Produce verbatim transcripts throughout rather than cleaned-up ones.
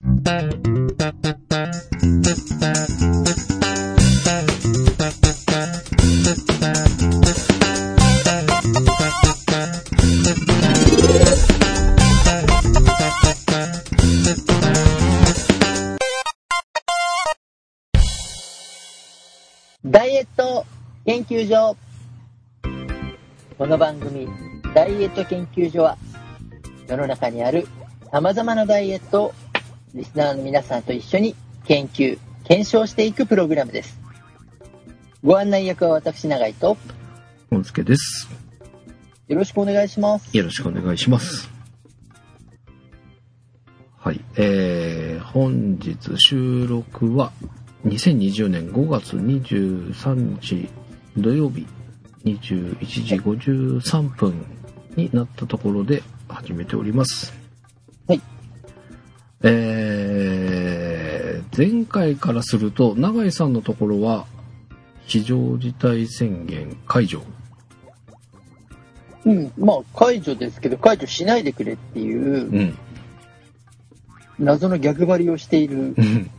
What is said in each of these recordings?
ダイエット研究所。この番組ダイエット研究所は世の中にある様々なダイエットをリスナーの皆さんと一緒に研究検証していくプログラムです。ご案内役は私永井と本助です。 よろしくお願いします。 よろしくお願いします。はい、えー、本日収録はにせんにじゅうねんごがつにじゅうさんにち土曜日にじゅういちじごじゅうさんぷんになったところで始めております。 はい。 えー、前回からすると永井さんのところは非常事態宣言解除。 うん、まあ解除ですけど解除しないでくれっていう謎の逆張りをしている。うん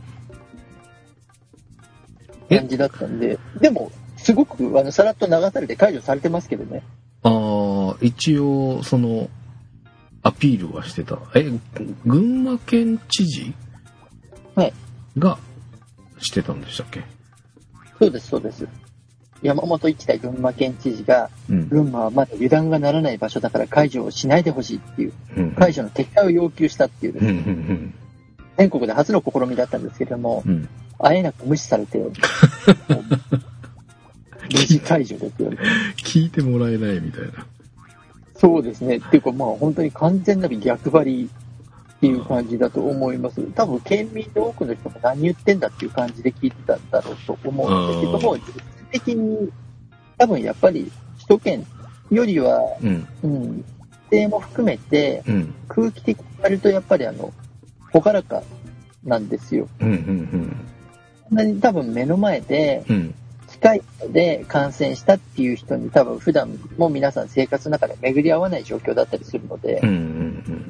感じだったんで、でもすごくあのさらっと流されて解除されてますけどね。 ああ、一応そのアピールはしてた。え、群馬県知事がしてたんでしたっけ？ そうですそうです。山本一太群馬県知事が、うん、群馬はまだ油断がならない場所だから解除をしないでほしいっていう、うん、解除の撤回を要求したっていう、ね、うんうんうん、全国で初の試みだったんですけれども。うん、あえなく無視されて無事解除ですよね。 聞いてもらえないみたいな。 そうですね。っていうかまあ本当に完全なる逆張りっていう感じだと思います。多分県民の多くの人も何言ってんだっていう感じで聞いてたんだろうと思うんだけども、実質的に多分やっぱり首都圏よりは、うんうん、規定も含めて、うん、空気的にやるとやっぱりあの朗らかなんですよ。うんうんうん多分目の前で近い人で感染したっていう人に多分普段も皆さん生活の中で巡り合わない状況だったりするので、うんうんうん、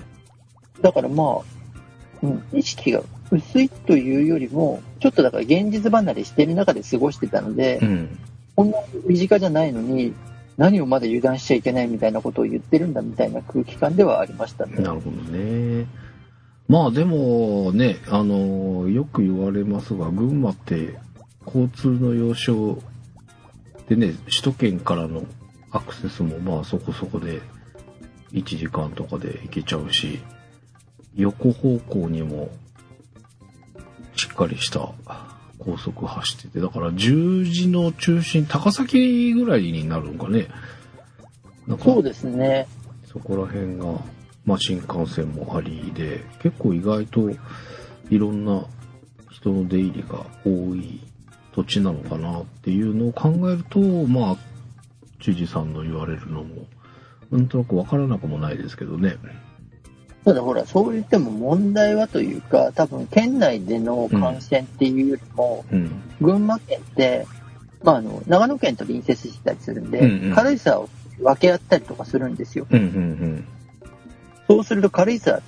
だからまあ、うん、意識が薄いというよりもちょっとだから現実離れしている中で過ごしてたので、うん、こんな身近じゃないのに何をまだ油断しちゃいけないみたいなことを言ってるんだみたいな空気感ではありましたね。 なるほどね。まあでもね、あのよく言われますが、群馬って交通の要衝でね、首都圏からのアクセスもまあそこそこでいちじかんとかで行けちゃうし、横方向にもしっかりした高速走ってて、だから十字の中心、高崎ぐらいになるんかね。 なんかそうですね。 そこら辺が。まあ、新幹線もありで結構意外といろんな人の出入りが多い土地なのかなっていうのを考えると、まあ知事さんの言われるのもなんとなく分からなくもないですけどね。 ただほらそう言っても問題はというか、多分県内での感染っていうよりも、うん、群馬県って、まあ、あの長野県と隣接してたりするんで、うんうん、軽井沢を分け合ったりとかするんですよ。うんうんうんそうすると軽井沢って、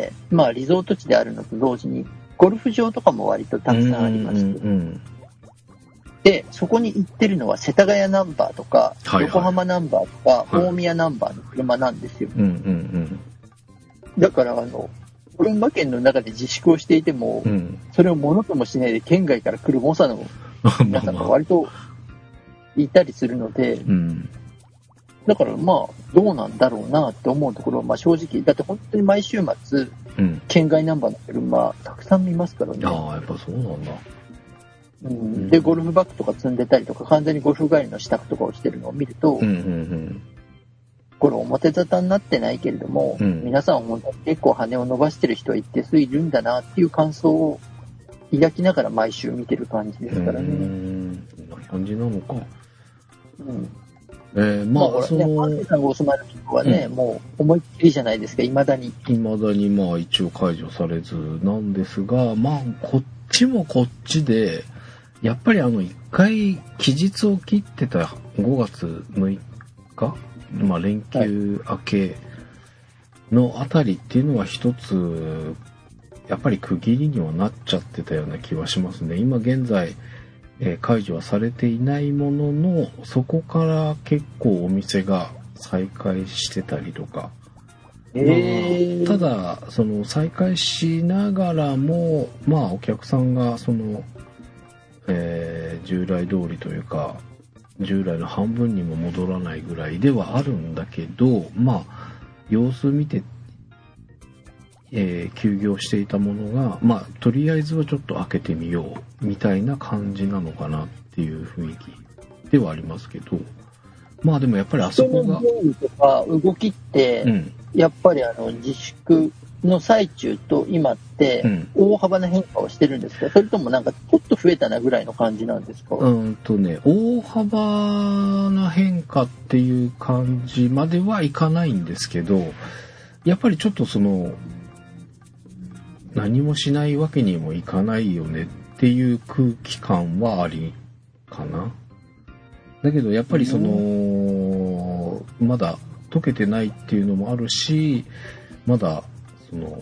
まあリゾート地であるのと同時に、ゴルフ場とかも割とたくさんありまして、うんうんうん、で、そこに行ってるのは世田谷ナンバーとか、はいはい、横浜ナンバーとか、はい、大宮ナンバーの車なんですよ。うんうんうん、だから、あの、群馬県の中で自粛をしていても、うん、それをものともしないで県外から来る猛者の皆さんが割といたりするので、うんだからまあどうなんだろうなって思うところはまあ正直だって本当に毎週末、うん、県外ナンバーの車たくさん見ますからね。 ああやっぱそうなんだ。 うん、でゴルフバッグとか積んでたりとか完全にゴルフ帰りの支度とかをしてるのを見ると、うんうんうん、これ表沙汰になってないけれども、うん、皆さん本当に結構羽を伸ばしてる人は一定数いるんだなっていう感想を抱きながら毎週見てる感じですからね。 うんそんな感じなのか。 うんえー、まあ、まあ、その、 ね、パンデさんがお住まいのとこはね、うん、もう思いっきりじゃないですか、未だに。 未だにまあ一応解除されずなんですが、まあこっちもこっちで、やっぱりあの一回期日を切ってたごがつむいか、まあ連休明けのあたりっていうのは一つやっぱり区切りにはなっちゃってたような気はしますね。今現在、えー、解除はされていないものの、そこから結構お店が再開してたりとか。 えーまあ、ただ、その再開しながらも、まあお客さんがその、えー、従来通りというか、従来の半分にも戻らないぐらいではあるんだけど、まあ様子見て、えー、休業していたものが、まあとりあえずはちょっと開けてみようみたいな感じなのかなっていう雰囲気ではありますけど、まあでもやっぱりあそこが人の動きとか動きって、うん、やっぱりあの自粛の最中と今って大幅な変化をしてるんですか、うん、それともなんかちょっと増えたなぐらいの感じなんですか？ うんとね、大幅な変化っていう感じまではいかないんですけど、やっぱりちょっとその何もしないわけにもいかないよねっていう空気感はありかな。だけどやっぱりその、うん、まだ溶けてないっていうのもあるし、まだその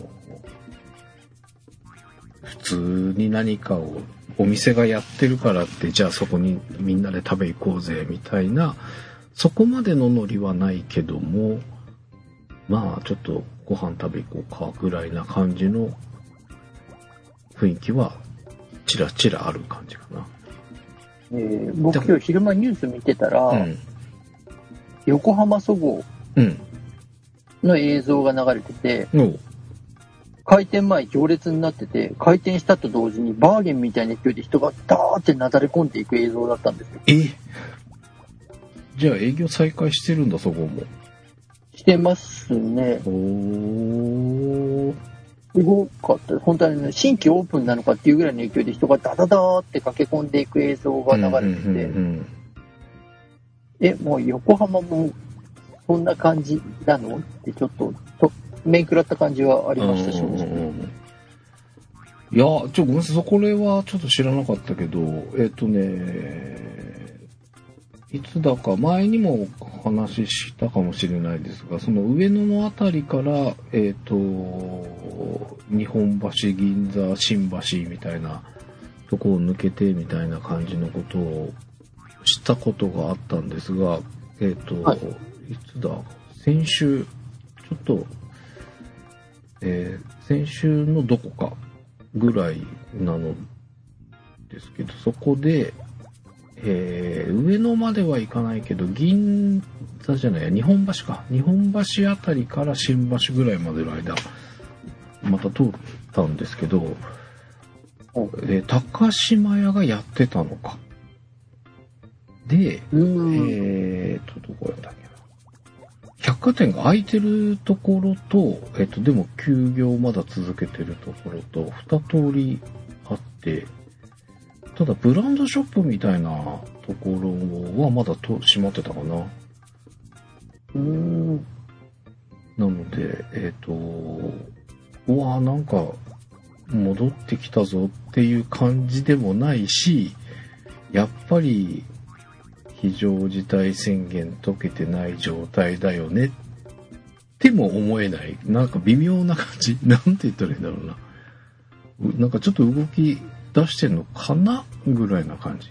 普通に何かをお店がやってるからってじゃあそこにみんなで食べ行こうぜみたいな、そこまでのノリはないけども、まあちょっとご飯食べ行こうかぐらいな感じの雰囲気はチラチラある感じかな。 えー、僕今日昼間ニュース見てたら、うん、横浜そごうの映像が流れてて、うん、開店前行列になってて、開店したと同時にバーゲンみたいな勢いで人がダーってなだれ込んでいく映像だったんですよ。 えじゃあ営業再開してるんだ、そこも。 してますね。 おー。 すごかった。本当に、ね、新規オープンなのかっていうぐらいの勢いで人がダダダーって駆け込んでいく映像が流れてて、うんうんうんうん、え、もう横浜もそんな感じなのってちょっと、と面食らった感じはありましたし、 うんうんうん、いや、ちょっとごめんなさい、これはちょっと知らなかったけど、えっとね、いつだか前にも話したかもしれないですが、その上野のあたりから、えっと、日本橋、銀座、新橋みたいなとこを抜けてみたいな感じのことをしたことがあったんですが、えっと、はい、いつだ、先週、ちょっと、えー、先週のどこかぐらいなのですけど、そこで、えー、上野までは行かないけど、銀座じゃないや、日本橋か。日本橋あたりから新橋ぐらいまでの間、また通ったんですけど、えー、高島屋がやってたのか。で、えーと、どこやったっけな。百貨店が開いてるところと、えっと、でも休業まだ続けてるところと、二通りあって、ただブランドショップみたいなところはまだと閉まってたかな。うーん。 なので、えっと、うわーなんか戻ってきたぞっていう感じでもないし、やっぱり非常事態宣言解けてない状態だよねっても思えない。なんか微妙な感じ。なんて言ったらいいんだろうな。なんかちょっと動き出してんのかなぐらいな感じ。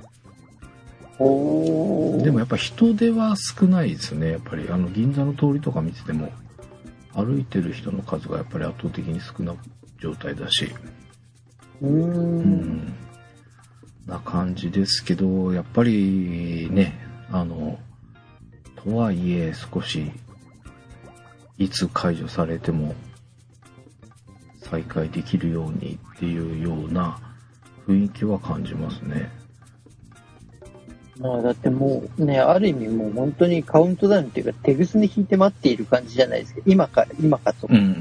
おー。 でもやっぱ人手は少ないですね。やっぱりあの銀座の通りとか見てても歩いてる人の数がやっぱり圧倒的に少な状態だし、 うーん、 うんな感じですけど、やっぱりね、あのとはいえ少しいつ解除されても再開できるようにっていうような雰囲気は感じますね。 まあだってもうね、ある意味もう本当にカウントダウンっていうか手ぐすに引いて待っている感じじゃないですか。今か今かと。 うんうんうん。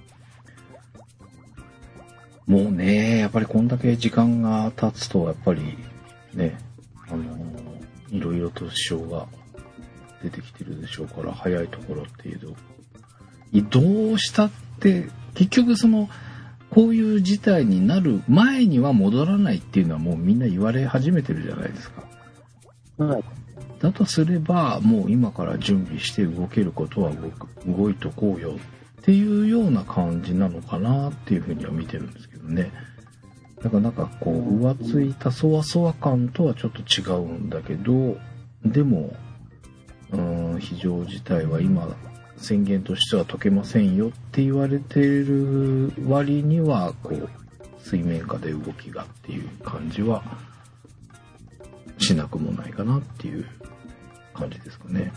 もうね、やっぱりこんだけ時間が経つとやっぱりね、あのいろいろと支障が出てきてるでしょうから、早いところっていうと移動したって結局そのこういう事態になる前には戻らないっていうのはもうみんな言われ始めてるじゃないですか。 はい。 だとすればもう今から準備して動けることは動く、動いとこうよっっていうような感じなのかなっていうふうには見てるんですけどね。だからなんかこう浮ついたそわそわ感とはちょっと違うんだけど、でもうーん非常事態は今宣言としては解けませんよって言われてる割にはこう水面下で動きがっていう感じはしなくもないかなっていう感じですかね。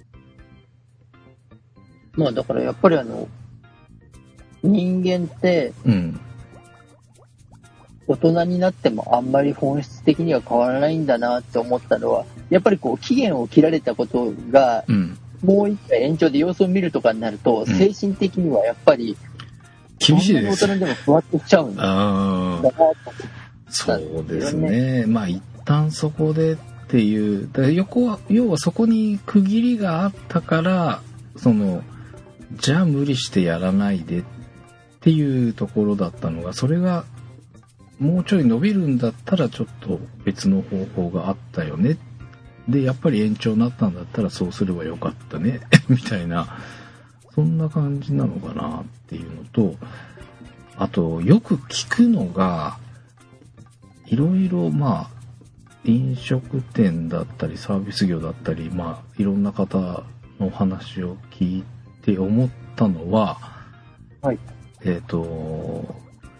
まあだからやっぱりあの人間って、うん大人になってもあんまり本質的には変わらないんだなって思ったのは、やっぱりこう期限を切られたことが、うん、もう一回延長で様子を見るとかになると、うん、精神的にはやっぱり厳しいです。 大人でもふわっとしちゃうんだなと思ったんですよね。そうですね。まあ一旦そこでっていう、だ横は要はそこに区切りがあったから、そのじゃあ無理してやらないでっていうところだったのが、それがもうちょい伸びるんだったらちょっと別の方法があったよね。で、やっぱり延長になったんだったらそうすればよかったね。みたいな、そんな感じなのかなっていうのと、あと、よく聞くのが、いろいろまあ、飲食店だったりサービス業だったり、まあ、いろんな方の話を聞いて思ったのは、はい。えっと、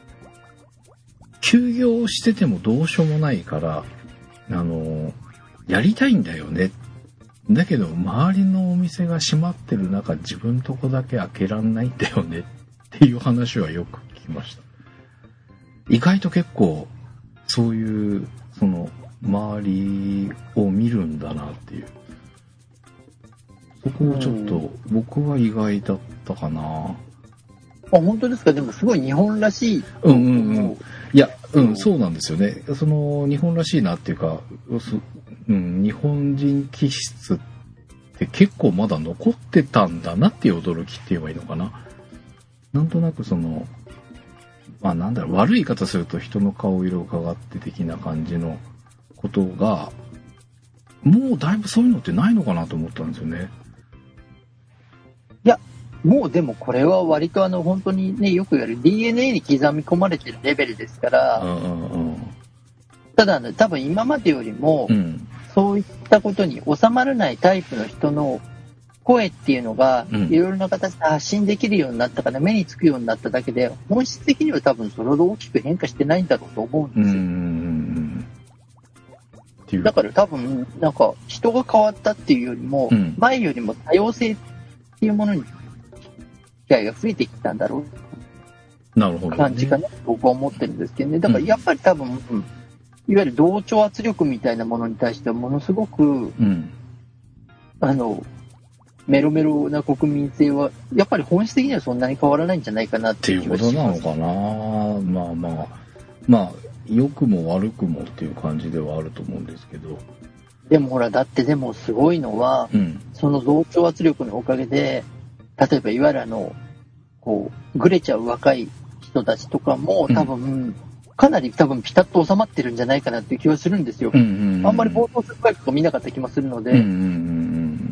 休業しててもどうしようもないから、あの、やりたいんだよね。だけど、周りのお店が閉まってる中、自分とこだけ開けらんないんだよねっていう話はよく聞きました。意外と結構、そういう、その、周りを見るんだなっていう。そこをちょっと、僕は意外だったかな。 あ、本当ですか。でもすごい日本らしい。 うんうんうん。いや、うん、そうなんですよね。その日本らしいなっていうか、うん、日本人気質って結構まだ残ってたんだなっていう驚きって言えばいいのかな。なんとなくその、まあなんだろう、悪い言い方すると人の顔色を伺って的な感じのことが、もうだいぶそういうのってないのかなと思ったんですよね。 いや、もうでもこれは割とあの本当にね、よく言われる ディーエヌエー に刻み込まれてるレベルですから、うんうんうん、ただ、ね、多分今までよりも、うん、そういったことに収まらないタイプの人の声っていうのが、うん、いろいろな形で発信できるようになったから、目につくようになっただけで、本質的には多分それほど大きく変化してないんだろうと思うんですよ。うんうん、だから多分、なんか人が変わったっていうよりも、うん、前よりも多様性っていうものに機会が増えてきたんだろうなるほど、ね、 感じかな、僕は思ってるんですけどね。だからやっぱり多分、うん、いわゆる同調圧力みたいなものに対してはものすごく、うん、あのメロメロな国民性はやっぱり本質的にはそんなに変わらないんじゃないかなっていう気がします。っていうことなのかな。まあまあまあ良くも悪くもっていう感じではあると思うんですけど。 でもほら、だってでもすごいのは、うん、その同調圧力のおかげで、例えばいわゆるあのこうグレちゃう若い人たちとかも多分、うん、かなり多分ピタッと収まってるんじゃないかなっていう気はするんですよ。うんうんうん、あんまり暴走する場合とか見なかった気もするので、うんうんうん、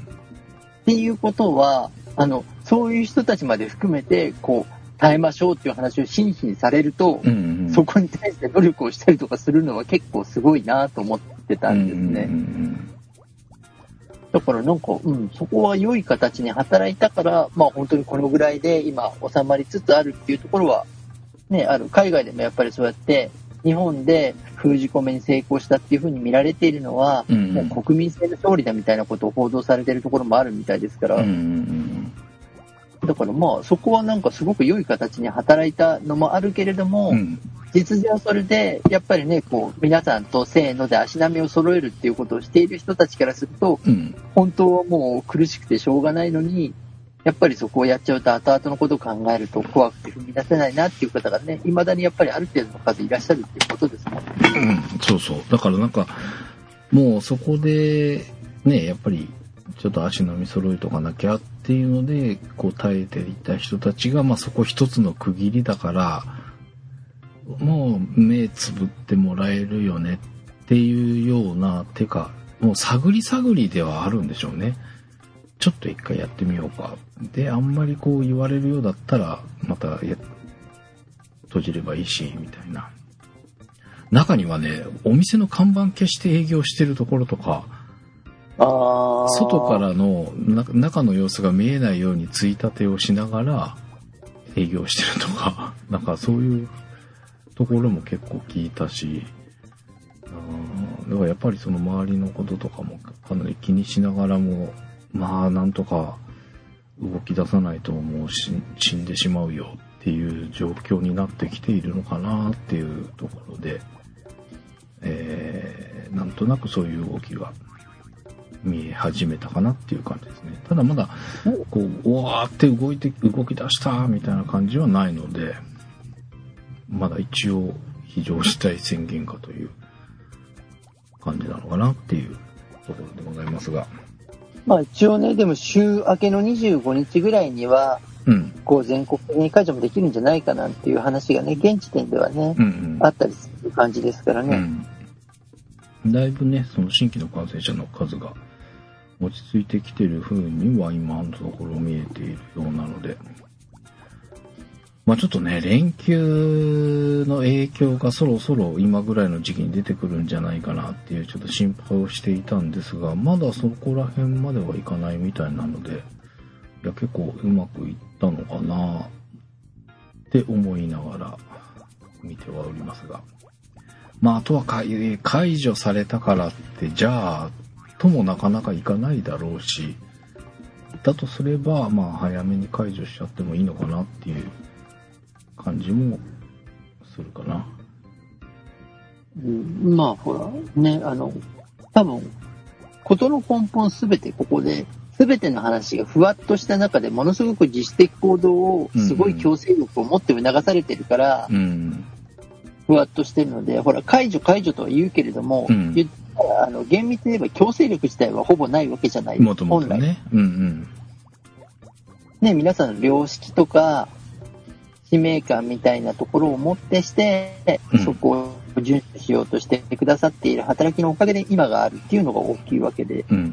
っていうことはあのそういう人たちまで含めてこう耐えましょうっていう話を真摯にされると、うんうん、そこに対して努力をしたりとかするのは結構すごいなと思ってたんですね。うんうんうん、だからなんか、うん、そこは良い形に働いたから、まあ本当にこのぐらいで今収まりつつあるっていうところはね、ある。海外でもやっぱりそうやって日本で封じ込めに成功したっていう風に見られているのは、うんうん、もう国民性の勝利だみたいなことを報道されているところもあるみたいですから、うんうんうん、だからまあそこはなんかすごく良い形に働いたのもあるけれども、うん、実情それでやっぱりね、こう皆さんとせーので足並みを揃えるっていうことをしている人たちからすると、うん、本当はもう苦しくてしょうがないのに、やっぱりそこをやっちゃうと後々のことを考えると怖くて踏み出せないなっていう方がね、未だにやっぱりある程度の数いらっしゃるっていうことですもんね。 うん、そうそう。だからなんかもうそこでね、やっぱりちょっと足並み揃えとかなきゃっていうのでこう耐えていた人たちが、まあそこ一つの区切りだからもう目つぶってもらえるよねっていうような、てかもう探り探りではあるんでしょうね。 ちょっと一回やってみようか。で、あんまりこう言われるようだったら、またや閉じればいいし、みたいな。中にはね、お店の看板消して営業してるところとか、 あ外からの中の様子が見えないようについたてをしながら営業してるとか、なんかそういうところも結構聞いたし、あだからやっぱりその周りのこととかもかなり気にしながらも、まあなんとか動き出さないともう死んでしまうよっていう状況になってきているのかなっていうところで、えー、なんとなくそういう動きが見え始めたかなっていう感じですね。ただまだこううわーって動いて動き出したみたいな感じはないので、まだ一応非常事態宣言下という感じなのかなっていうところでございますが、 まあ一応ね、でも週明けのにじゅうごにちぐらいには、うん、こう全国的に解除もできるんじゃないかなっていう話がね、現時点ではね、うんうん、あったりする感じですからね、 うん。だいぶね、その新規の感染者の数が落ち着いてきている風には今のところ見えているようなので、まあちょっとね、連休の影響がそろそろ今ぐらいの時期に出てくるんじゃないかなっていうちょっと心配をしていたんですが、まだそこら辺まではいかないみたいなので、いや結構うまくいったのかなって思いながら見てはおりますが、まああとは解除されたからってじゃあともなかなかいかないだろうし、だとすればまあ早めに解除しちゃってもいいのかなっていう感じもするかな。 うん、まあほらね、あの多分事の根本すべてここで全ての話がふわっとした中でものすごく自主的行動をすごい強制力を持って促されてるから、うん、ふわっとしてるので、ほら解除解除とは言うけれども、うん、言ったらあの厳密に言えば強制力自体はほぼないわけじゃないですか。 もともとね、本来、うんうん、 ね、皆さんの良識とか使命感みたいなところをもってして、うん、そこを遵守しようとしてくださっている働きのおかげで今があるっていうのが大きいわけで、うんうんうん、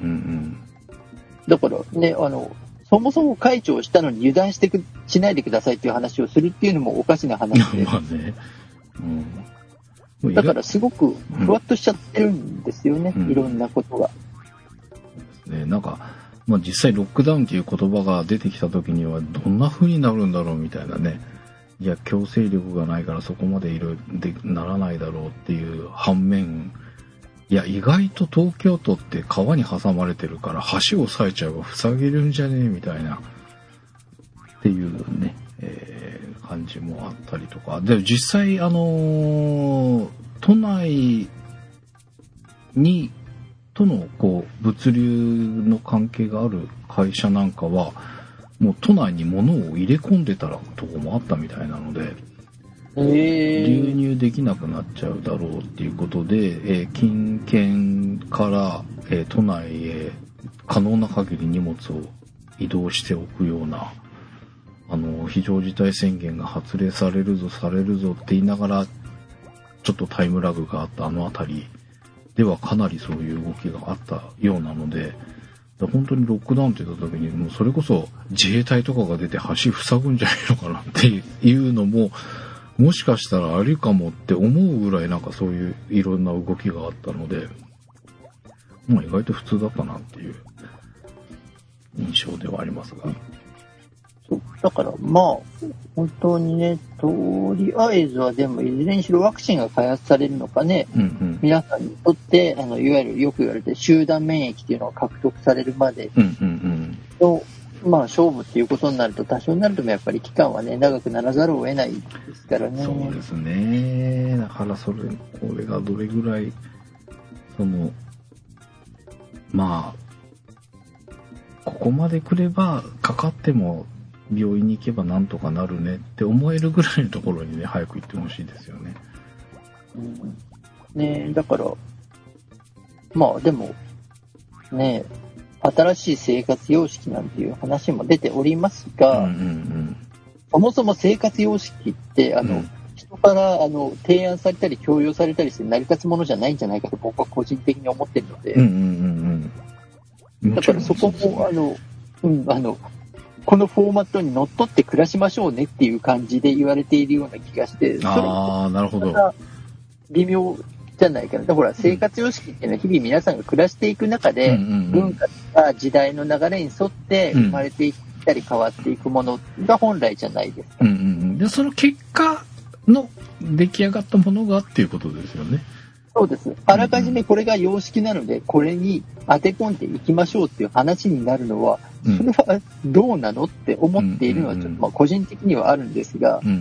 だからね、あのそもそも解除をしたのに油断してくしないでくださいっていう話をするっていうのもおかしな話で、まあね、うん、だからすごくふわっとしちゃってるんですよね、うん、いろんなことが。 そうですね、なんか、まあ、実際ロックダウンっていう言葉が出てきた時にはどんな風になるんだろうみたいなね、いや強制力がないからそこまでいろいろでならないだろうっていう反面、いや意外と東京都って川に挟まれてるから橋を押さえちゃえば塞げるんじゃねえみたいなっていうね、えー、感じもあったりとかで、実際あのー、都内にとのこう物流の関係がある会社なんかはもう都内に物を入れ込んでたらとこもあったみたいなので、えー、流入できなくなっちゃうだろうっていうことで、えー、近県から、えー、都内へ可能な限り荷物を移動しておくような、あの非常事態宣言が発令されるぞされるぞって言いながらちょっとタイムラグがあったあの辺りではかなりそういう動きがあったようなので、本当にロックダウンって言った時にもうそれこそ自衛隊とかが出て橋塞ぐんじゃないのかなっていうのももしかしたらありかもって思うぐらいなんかそういういろんな動きがあったので、まあ意外と普通だったなっていう印象ではありますが。 そうだからまあ本当にね、とりあえずはでもいずれにしろワクチンが開発されるのかね、うんうん、皆さんにとってあのいわゆるよく言われて集団免疫っていうのが獲得されるまでの、うんうんうん、まあ勝負っていうことになると多少になるともやっぱり期間はね長くならざるを得ないですからね。 そうですね。だからそれこれがどれぐらいそのまあここまで来ればかかっても病院に行けばなんとかなるねって思えるぐらいのところにね早く行ってほしいですよね。 うん、ねえだからまあでもね新しい生活様式なんていう話も出ておりますが、うんうんうん、そもそも生活様式ってあの、うん、人からあの提案されたり強要されたりして成り立つものじゃないんじゃないかと僕は個人的に思ってるので、うんうんうんうん、だからそこもあのうん、あの、このフォーマットにのっとって暮らしましょうねっていう感じで言われているような気がして、 ああ、なるほど。 微妙じゃないかな。だから生活様式っていうのは日々皆さんが暮らしていく中で、文化とか時代の流れに沿って生まれていったり変わっていくものが本来じゃないですか。 うんうん、でその結果の出来上がったものがっていうことですよね。 そうです。あらかじめこれが様式なので、これに当て込んでいきましょうっていう話になるのは、それはどうなのって思っているのはちょっとまあ個人的にはあるんですが、うんうん、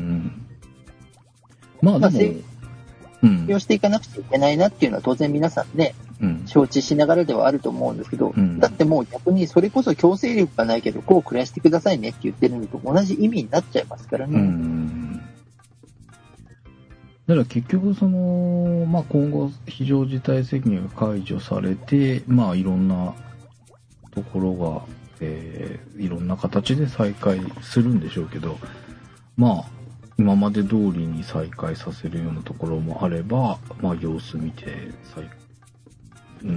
まあでも、 うん、用していかなくちゃいけないなっていうのは当然皆さんね、うん、承知しながらではあると思うんですけど、うん、だってもう逆にそれこそ強制力がないけどこう暮らしてくださいねって言ってるのと同じ意味になっちゃいますからね。うん、 だから結局その、まあ、今後非常事態宣言が解除されて、まあいろんなところが、えー、いろんな形で再開するんでしょうけど、まあ今まで通りに再開させるようなところもあれば、まあ様子見て再、うん、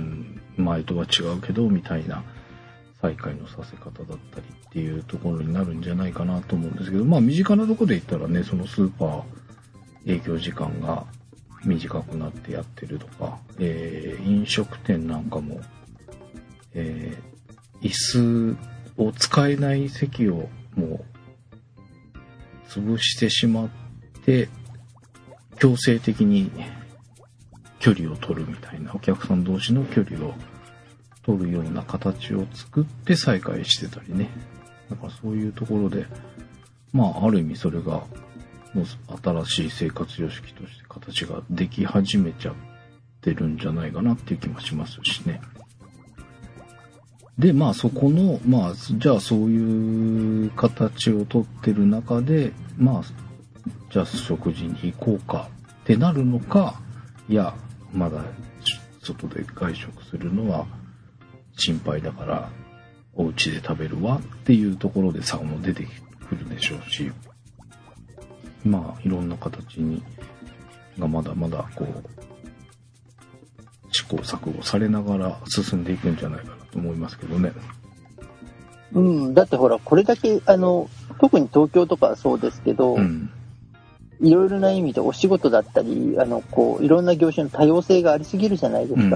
前とは違うけどみたいな再開のさせ方だったりっていうところになるんじゃないかなと思うんですけど、まあ身近なところで言ったらね、そのスーパー営業時間が短くなってやってるとか、えー、飲食店なんかも、えー、椅子を使えない席をもう潰してしまって強制的に距離を取るみたいな、お客さん同士の距離を取るような形を作って再開してたりね。だからそういうところで、まあある意味それがもう新しい生活様式として形ができ始めちゃってるんじゃないかなっていう気もしますしね。で、まあそこの、まあじゃあそういう形をとってる中で、まあじゃあ食事に行こうかってなるのか、いや、まだ外で外食するのは心配だからお家で食べるわっていうところで差も出てくるでしょうし、まあいろんな形にがまだまだこう試行錯誤されながら進んでいくんじゃないかなと思いますけどね。 うん、だってほらこれだけあの特に東京とかはそうですけど、うん、いろいろな意味でお仕事だったりあのこういろんな業種の多様性がありすぎるじゃないですか。うんうんうん、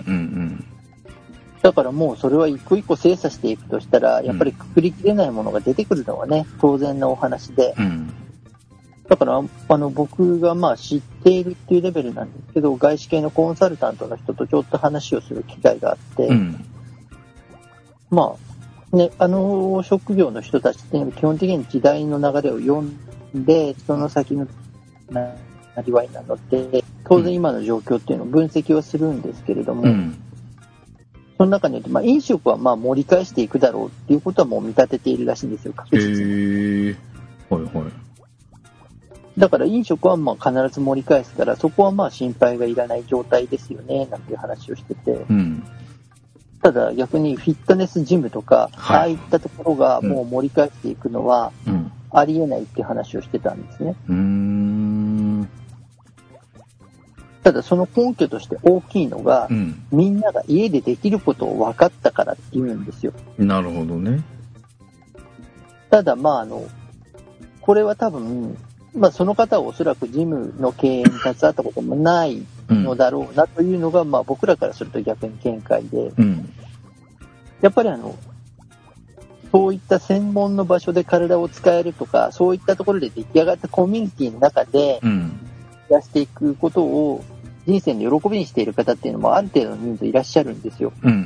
だからもうそれは一個一個精査していくとしたらやっぱりくくりきれないものが出てくるのはね当然のお話で。うん、だからあの僕がまあ知っているっていうレベルなんですけど、外資系のコンサルタントの人とちょっと話をする機会があって、うん、まあね、あの職業の人たちっていうのは基本的に時代の流れを読んでその先のなりわいなので当然今の状況っていうのを分析はするんですけれども、うん、その中によって、まあ、飲食はまあ盛り返していくだろうっていうことはもう見立てているらしいんですよ、確実に。へー、はいはい。だから飲食はまあ必ず盛り返すからそこはまあ心配がいらない状態ですよねなんていう話をしてて、うん、ただ逆にフィットネスジムとか、はい、ああいったところがもう盛り返していくのはありえないっていう話をしてたんですね。うーん、ただその根拠として大きいのが、うん、みんなが家でできることを分かったからっていうんですよ。 なるほどね。 ただまああのこれは多分まあ、その方はおそらくジムの経営に携わったこともないのだろうなというのが、まあ、僕らからすると逆に見解で、うん、やっぱりあのそういった専門の場所で体を使えるとかそういったところで出来上がったコミュニティの中でやっていくことを人生の喜びにしている方っていうのもある程度の人数いらっしゃるんですよ。うんうんうん、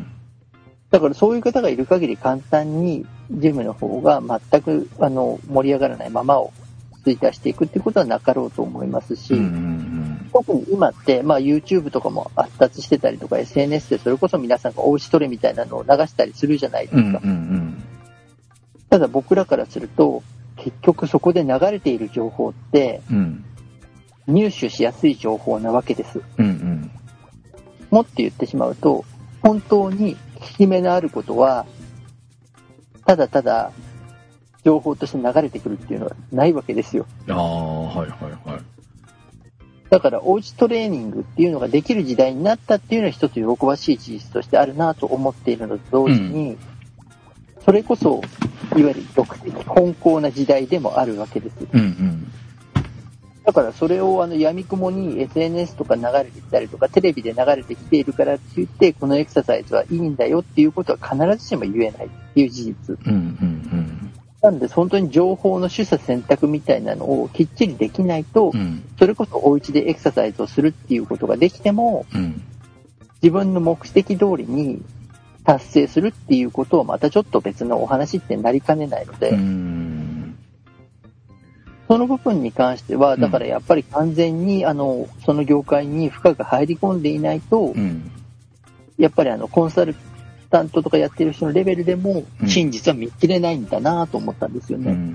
だからそういう方がいる限り簡単にジムの方が全くあの盛り上がらないままを追加していくっていうことはなかろうと思いますし、うんうんうん、特に今って、まあ、YouTube とかも発達してたりとか エスエヌエス でそれこそ皆さんがおうちトレみたいなのを流したりするじゃないですか、うんうんうん、ただ僕らからすると結局そこで流れている情報って、うん、入手しやすい情報なわけです、うんうん、もっと言ってしまうと本当に効き目のあることはただただ情報として流れてくるっていうのはないわけですよ。ああ、はいはいはい。だからおうちトレーニングっていうのができる時代になったっていうのは一つ喜ばしい事実としてあるなと思っているのと同時に、うん、 それこそ、いわゆる独的奔放な時代でもあるわけです。 うんうん、 だからそれをあの闇雲に エスエヌエス とか流れてきたりとか、テレビで流れてきているからって言って、このエクササイズはいいんだよっていうことは必ずしも言えないっていう事実。 うんうんうん、 なので本当に情報の取捨選択みたいなのをきっちりできないと、うん、それこそお家でエクササイズをするっていうことができても、うん、自分の目的通りに達成するっていうことをまたちょっと別のお話ってなりかねないので、うん、その部分に関してはだからやっぱり完全にあのその業界に負荷が入り込んでいないと、うん、やっぱりあのコンサルタントとかやってる人のレベルでも真実は見切れないんだなと思ったんですよね。うんうん、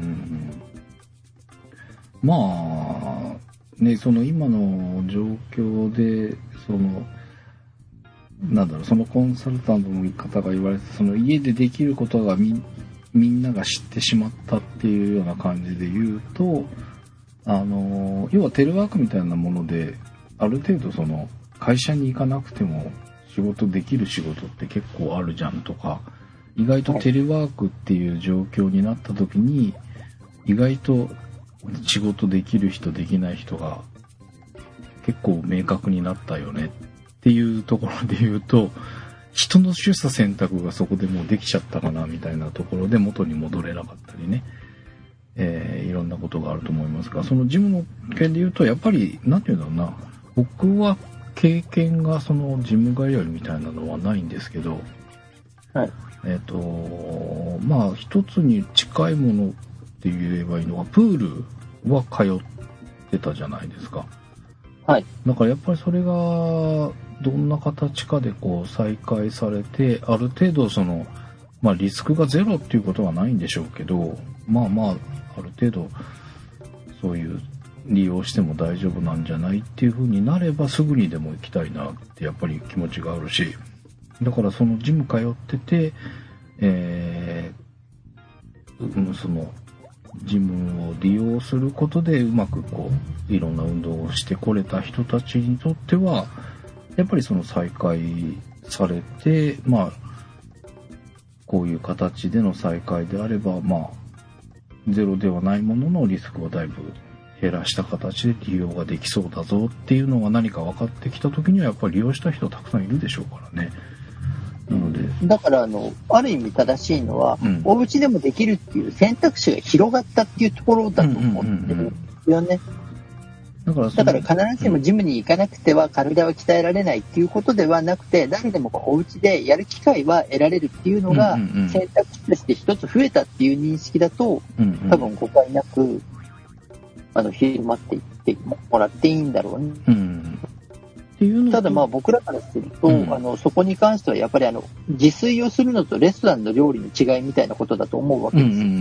まあね、その今の状況でそのなんだろう、そのコンサルタントの方が言われて、その家でできることが み, みんなが知ってしまったっていうような感じで言うと、あの要はテレワークみたいなものである程度その会社に行かなくても仕事できる仕事って結構あるじゃんとか、意外とテレワークっていう状況になった時に意外と仕事できる人できない人が結構明確になったよねっていうところで言うと、人の取捨選択がそこでもうできちゃったかなみたいなところで元に戻れなかったりね、えー、いろんなことがあると思いますが、そのジムの件で言うとやっぱりなんていうんだろうな、僕は経験がそのジム通いみたいなのはないんですけど、 はい、 えっとまあ一つに近いものって言えばいいのはプールは通ってたじゃないですか。 はい。 だからやっぱりそれがどんな形かでこう再開されて、ある程度そのまあリスクがゼロっていうことはないんでしょうけど、まあまあある程度そういう利用しても大丈夫なんじゃないっていう風になればすぐにでも行きたいなってやっぱり気持ちがあるし、だからそのジム通ってて、えー、そのジムを利用することでうまくこういろんな運動をしてこれた人たちにとってはやっぱりその再開されて、まあこういう形での再開であればまあゼロではないもののリスクをだいぶ減らした形で利用ができそうだぞっていうのが何か分かってきた時にはやっぱり利用した人たくさんいるでしょうからね。なのでだからあのある意味正しいのは、うん、お家でもできるっていう選択肢が広がったっていうところだと思ってるんですよね。だからだから必ずしもジムに行かなくては体は鍛えられないっていうことではなくて、誰でもお家でやる機会は得られるっていうのが選択肢として一つ増えたっていう認識だと、多分誤解なくあの広まっていってもらっていいんだろうね。うんっていうのただまあ僕らからすると、うん、あのそこに関してはやっぱりあの自炊をするのとレストランの料理の違いみたいなことだと思うわけです。うんうんうんうん、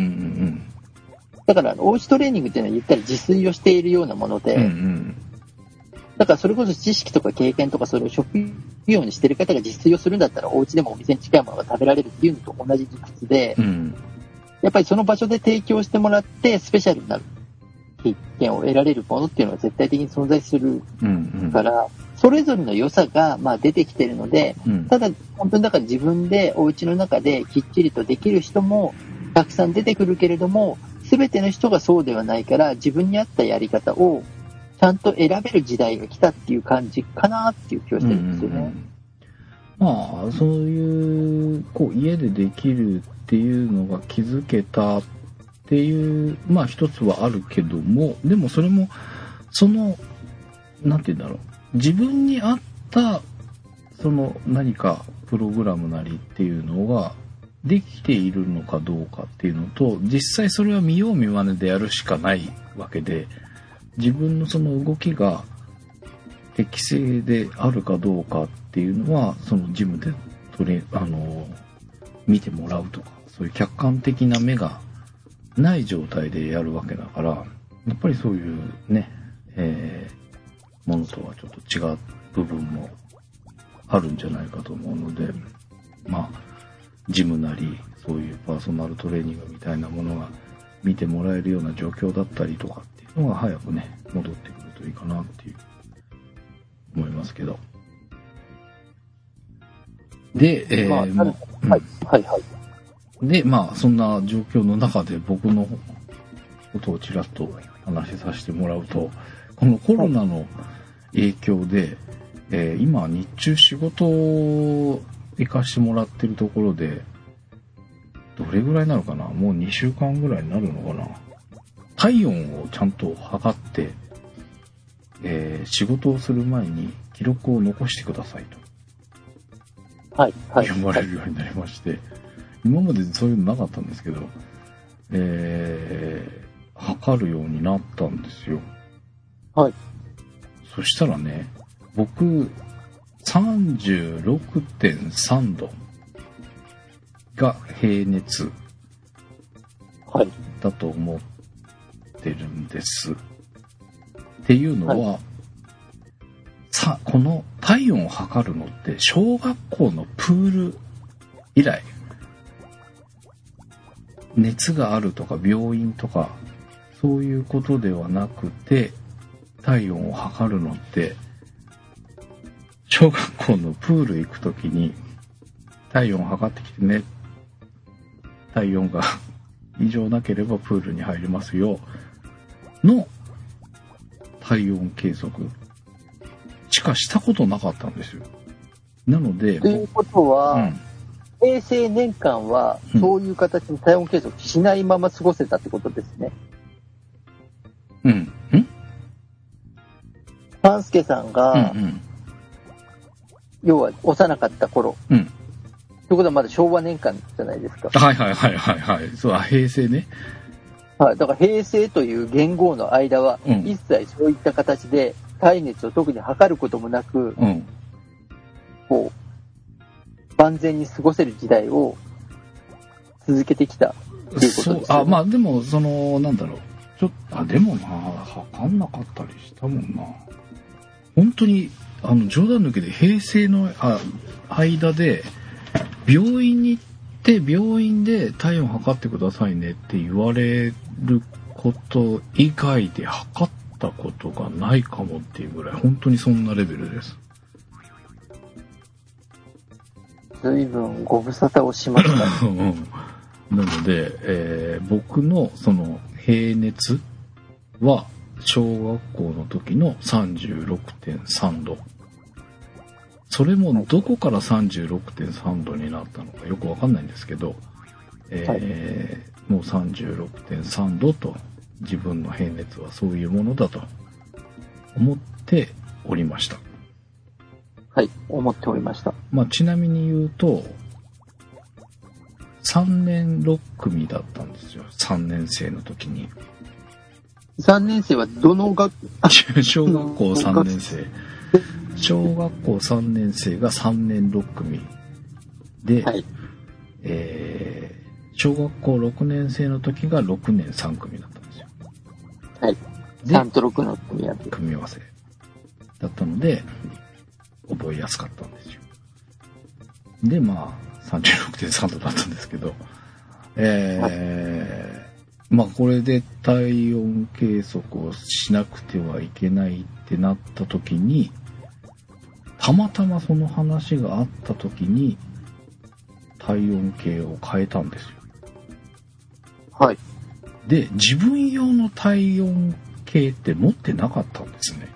だからあのおうちトレーニングっていうのは言ったら自炊をしているようなもので、うんうん、だからそれこそ知識とか経験とかそれを職業にしている方が自炊をするんだったらお家でもお店に近いものが食べられるっていうのと同じ理屈で、うん、やっぱりその場所で提供してもらってスペシャルな経験を得られるものっていうのは絶対的に存在するから、うんうん、それぞれの良さがまあ出てきてるので、うん、ただ本当にだから自分でお家の中できっちりとできる人もたくさん出てくるけれども、全ての人がそうではないから自分に合ったやり方をちゃんと選べる時代が来たっていう感じかなっていう気がしてるんですよね。 うんうん、まあそういうこう家でできるっていうのが気づけたっていうまあ一つはあるけども、でもそれもそのなんて言うんだろう、自分に合ったその何かプログラムなりっていうのができているのかどうかっていうのと、実際それは見よう見まねでやるしかないわけで、自分のその動きが適正であるかどうかっていうのはそのジムでトレあの見てもらうとか、そういう客観的な目がない状態でやるわけだから、やっぱりそういうね、えー、ものとはちょっと違う部分もあるんじゃないかと思うので、まあジムなりそういうパーソナルトレーニングみたいなものが見てもらえるような状況だったりとかっていうのが早くね戻ってくるといいかなっていう思いますけど。で、えー、まあ、 はいはいはい。 で、まあ、そんな状況の中で僕のことをちらっと話しさせてもらうと、このコロナの影響で、えー、今日中仕事を行かしてもらってるところで、どれぐらいになるかな、もうにしゅうかんぐらいになるのかな。体温をちゃんと測って、えー、仕事をする前に記録を残してくださいと。 はい、はい。 言われるようになりまして、はい、今までそういうのなかったんですけど、えー、測るようになったんですよ。 はい。 そしたらね、僕、さんじゅうろくてんさんどが平熱だと思ってるんです。はい、っていうのは、はい、さ、この体温を測るのって小学校のプール以来、熱があるとか病院とかそういうことではなくて、体温を測るのって小学校のプール行くときに体温を測ってきてね、体温が異常なければプールに入れますよの体温計測しかしたことなかったんですよ。なので、 ということは、うん、平成年間はそういう形に体温計測しないまま過ごせたってことですね。 うん。ん？ 半助さんが、うんうん、要は幼かった頃、うん、ということはまだ昭和年間じゃないですか。 はいはいはいはいはい。そう、平成ね。 はい、だから平成という元号の間は、うん、一切そういった形で体熱を特に測ることもなく、うん、こう万全に過ごせる時代を続けてきたっていうことですよね。 そう、あ、まあでもそのなんだろう、ちょっとあでもな測んなかったりしたもんな。本当にあの冗談抜きで平成のあ間で病院に行って病院で体温測ってくださいねって言われること以外で測ったことがないかもっていうぐらい本当にそんなレベルです。 随分ご無沙汰をしました、 ね。なので、えー、僕のその平熱は小学校の時の さんじゅうろくてんさんど。それもどこから さんじゅうろくてんさんどになったのかよくわかんないんですけど、えーはい、もう さんじゅうろくてんさんどと自分の平熱はそういうものだと思っておりました。 はい、思っておりました。 まあ、ちなみに言うとさんねんろっくみだったんですよ。さんねん生の時に。 さんねん生はどの学小学校さんねん生。小学校さんねん生がさんねんろっくみで、はい、えー、小学校ろくねん生の時がろくねんさんくみだったんですよ。 はい。さんとろくの組み合わせ。 組み合わせだったので覚えやすかったんですよ。で、まあ さんじゅうろくてんさんどだったんですけど、えー、はい、まあこれで体温計測をしなくてはいけないってなった時に、たまたまその話があった時に体温計を変えたんですよ。 はい。 で、自分用の体温計って持ってなかったんですね。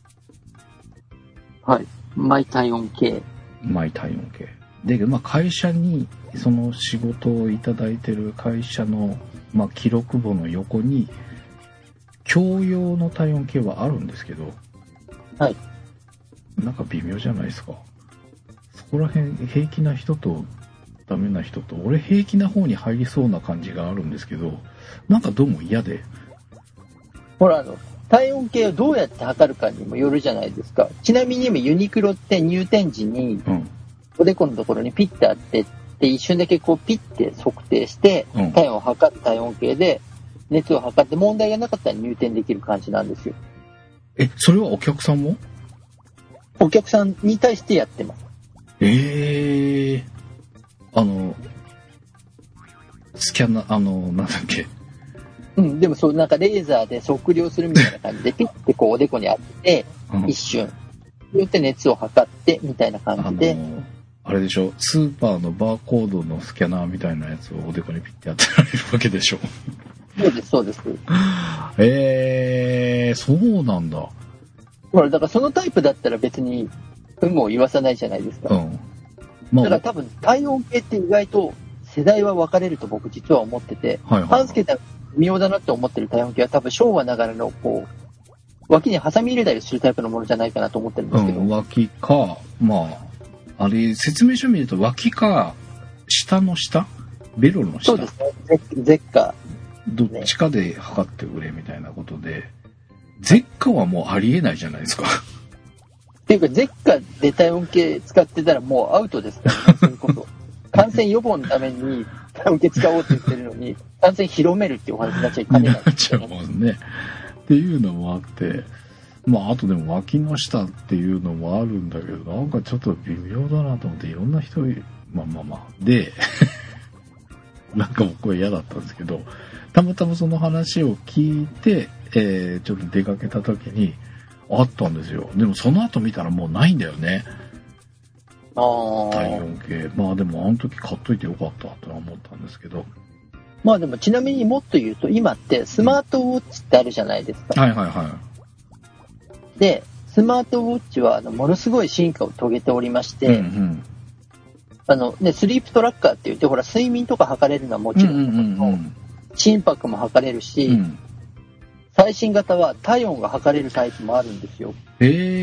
はい。マイ体温計。 マイ体温計。で、まあ会社にその仕事をいただいてる会社のまあ記録簿の横に共用の体温計はあるんですけど、 はい。 なんか微妙じゃないですか。そこら辺平気な人とダメな人と、俺平気な方に入りそうな感じがあるんですけど、なんかどうも嫌で。 ほら、あの体温計をどうやって測るかにもよるじゃないですか。ちなみに今ユニクロって入店時に、うん、おでこのところにピッてあってで一瞬だけこうピッて測定して、うん、体温を測って体温計で熱を測って問題がなかったら入店できる感じなんですよ。 え、それはお客さんも？ お客さんに対してやってます。 ええー、あのスキャンナー、あのなんだっけ。 うん、でもそうなんかレーザーで測量するみたいな感じでピッてこうおでこに当てて、うん、一瞬によって熱を測ってみたいな感じで、 あのあれでしょ、スーパーのバーコードのスキャナーみたいなやつをおでこにピッてやってられるわけでしょ。 そうです、そうです。 えー、そうなんだ。 ほら、だからそのタイプだったら別に、有無を言わさないじゃないですか。うん。まあ、だから多分、体温計って意外と世代は分かれると僕実は思ってて、はいはいはい、半助さん妙だなって思ってる体温計は多分昭和ながらのこう、脇にハサミ入れたりするタイプのものじゃないかなと思ってるんですけど。 うん、脇か、まあ、あれ、説明書見ると脇か、下の下ベロの下。 そうですね。ゼッカ。 どっちかで測ってくれみたいなことで、ゼッカはもうありえないじゃないですか。 っていうか、ゼッカで体温計使ってたらもうアウトですからね、そういうこと。感染予防のために体温計使おうって言ってるのに、感染広めるっていうお話になっちゃいかねない、ね。 なっちゃうもんね。っていうのもあって、まああとでも脇の下っていうのもあるんだけど、なんかちょっと微妙だなと思って、いろんな人、まあまあまあ。で、なんか僕は嫌だったんですけど、たまたまその話を聞いて、えー、ちょっと出かけた時に、あったんですよ。でもその後見たらもうないんだよね。 ああ。 体温計。まあでもあの時買っといてよかったとは思ったんですけど。 まあでもちなみにもっと言うと、今ってスマートウォッチってあるじゃないですか。 うん、はいはいはい。 で、スマートウォッチはあのものすごい進化を遂げておりまして、うんうん、あのね、スリープトラッカーって言って、ほら睡眠とか測れるのはもちろん、うんうんうん、心拍も測れるし、うん、最新型は体温が測れるタイプもあるんですよ。 へ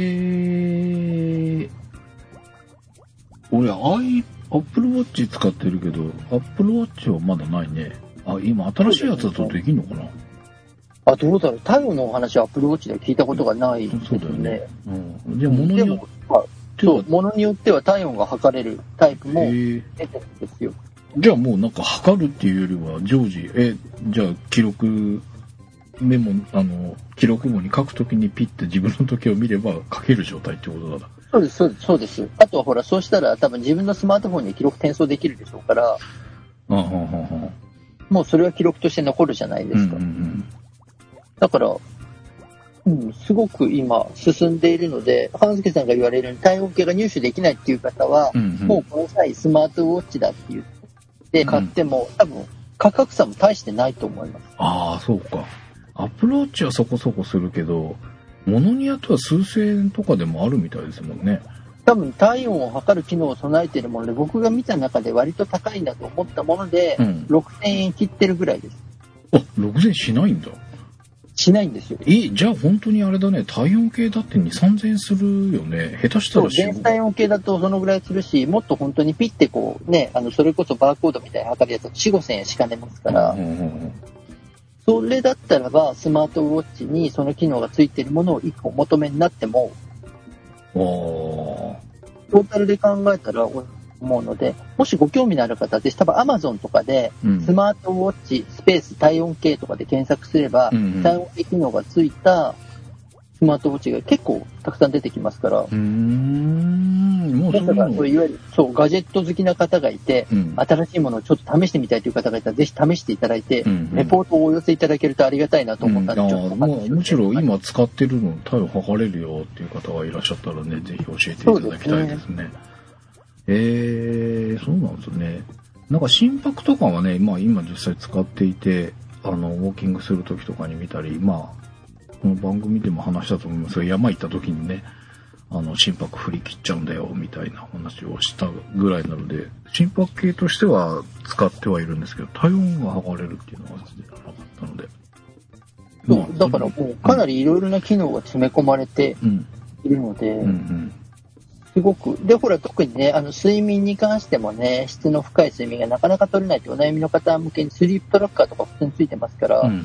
ー。俺、アイ、アップルウォッチ使ってるけど、アップルウォッチはまだないね。あ、今新しいやつだとできんのかな？ あ、どうだろう。体温のお話はアップルウォッチでは聞いたことがないですね。 そうだよね。うん。じゃあ物によっては、 そう、物によっては体温が測れるタイプも出てるんですよ。 じゃあもうなんか測るっていうよりは常時、え、じゃあ記録、メモ、あの、記録簿に書くときにピッて自分の時を見れば書ける状態ってことだな。 そうです、そうです、そうです。あとはほら、そうしたら多分自分のスマートフォンに記録転送できるでしょうから、 あはははもうそれは記録として残るじゃないですか。うんうんうん、だから、うん、すごく今進んでいるので、半助さんが言われるように体温計が入手できないっていう方は、うんうん、もうこの際スマートウォッチだって言って買っても、うん、多分価格差も大してないと思います。 ああ、そうか。アップルウォッチはそこそこするけど、物によっては数千円とかでもあるみたいですもんね。 多分体温を測る機能を備えているもので、僕が見た中で割と高いんだと思ったもので、うん、ろくせんえん切ってるぐらいです。 あ、ろくせんえんしないんだ。 しないんですよ。 え、じゃあ本当にあれだね、体温計だってに、さんぜんえんするよね。下手したらそう、原体温計だとそのぐらいするし、もっと本当にピッてこうね、あの、それこそバーコードみたいに測るやつだとよん、ごせんえんしか出ますから、うんうんうん、それだったらば、スマートウォッチにその機能がついているものをいっこお求めになっても、 おトータルで考えたら思うので、もしご興味のある方で、多分 Amazon とかで、スマートウォッチスペース体温計とかで検索すれば、うんうん、体温計機能がついたスマートウォッチが結構たくさん出てきますから、うーん、もうだからそういわゆるそうガジェット好きな方がいて、うん、新しいものをちょっと試してみたいという方がいたら、ぜひ試していただいて、うんうん、レポートをお寄せいただけるとありがたいなと思ったので、うん、 もうむしろ今使ってるの体温測れるよっていう方がいらっしゃったらね、ぜひ教えていただきたいですね。えー、そうなんですね。なんか心拍とかはね、まあ今実際使っていて、あの、ウォーキングするときとかに見たり、まあ、この番組でも話したと思いますが、山行ったときにね、あの、心拍振り切っちゃうんだよ、みたいな話をしたぐらいなので、心拍計としては使ってはいるんですけど、体温が測れるっていうのは知らなかったので。 そう、まあ、だからもうかなりいろいろな機能が詰め込まれているので、うんうんうんすごく。で、ほら、特にね、あの、睡眠に関してもね、質の深い睡眠がなかなか取れないというお悩みの方向けにスリープトラッカーとか普通についてますから、うんうんうん、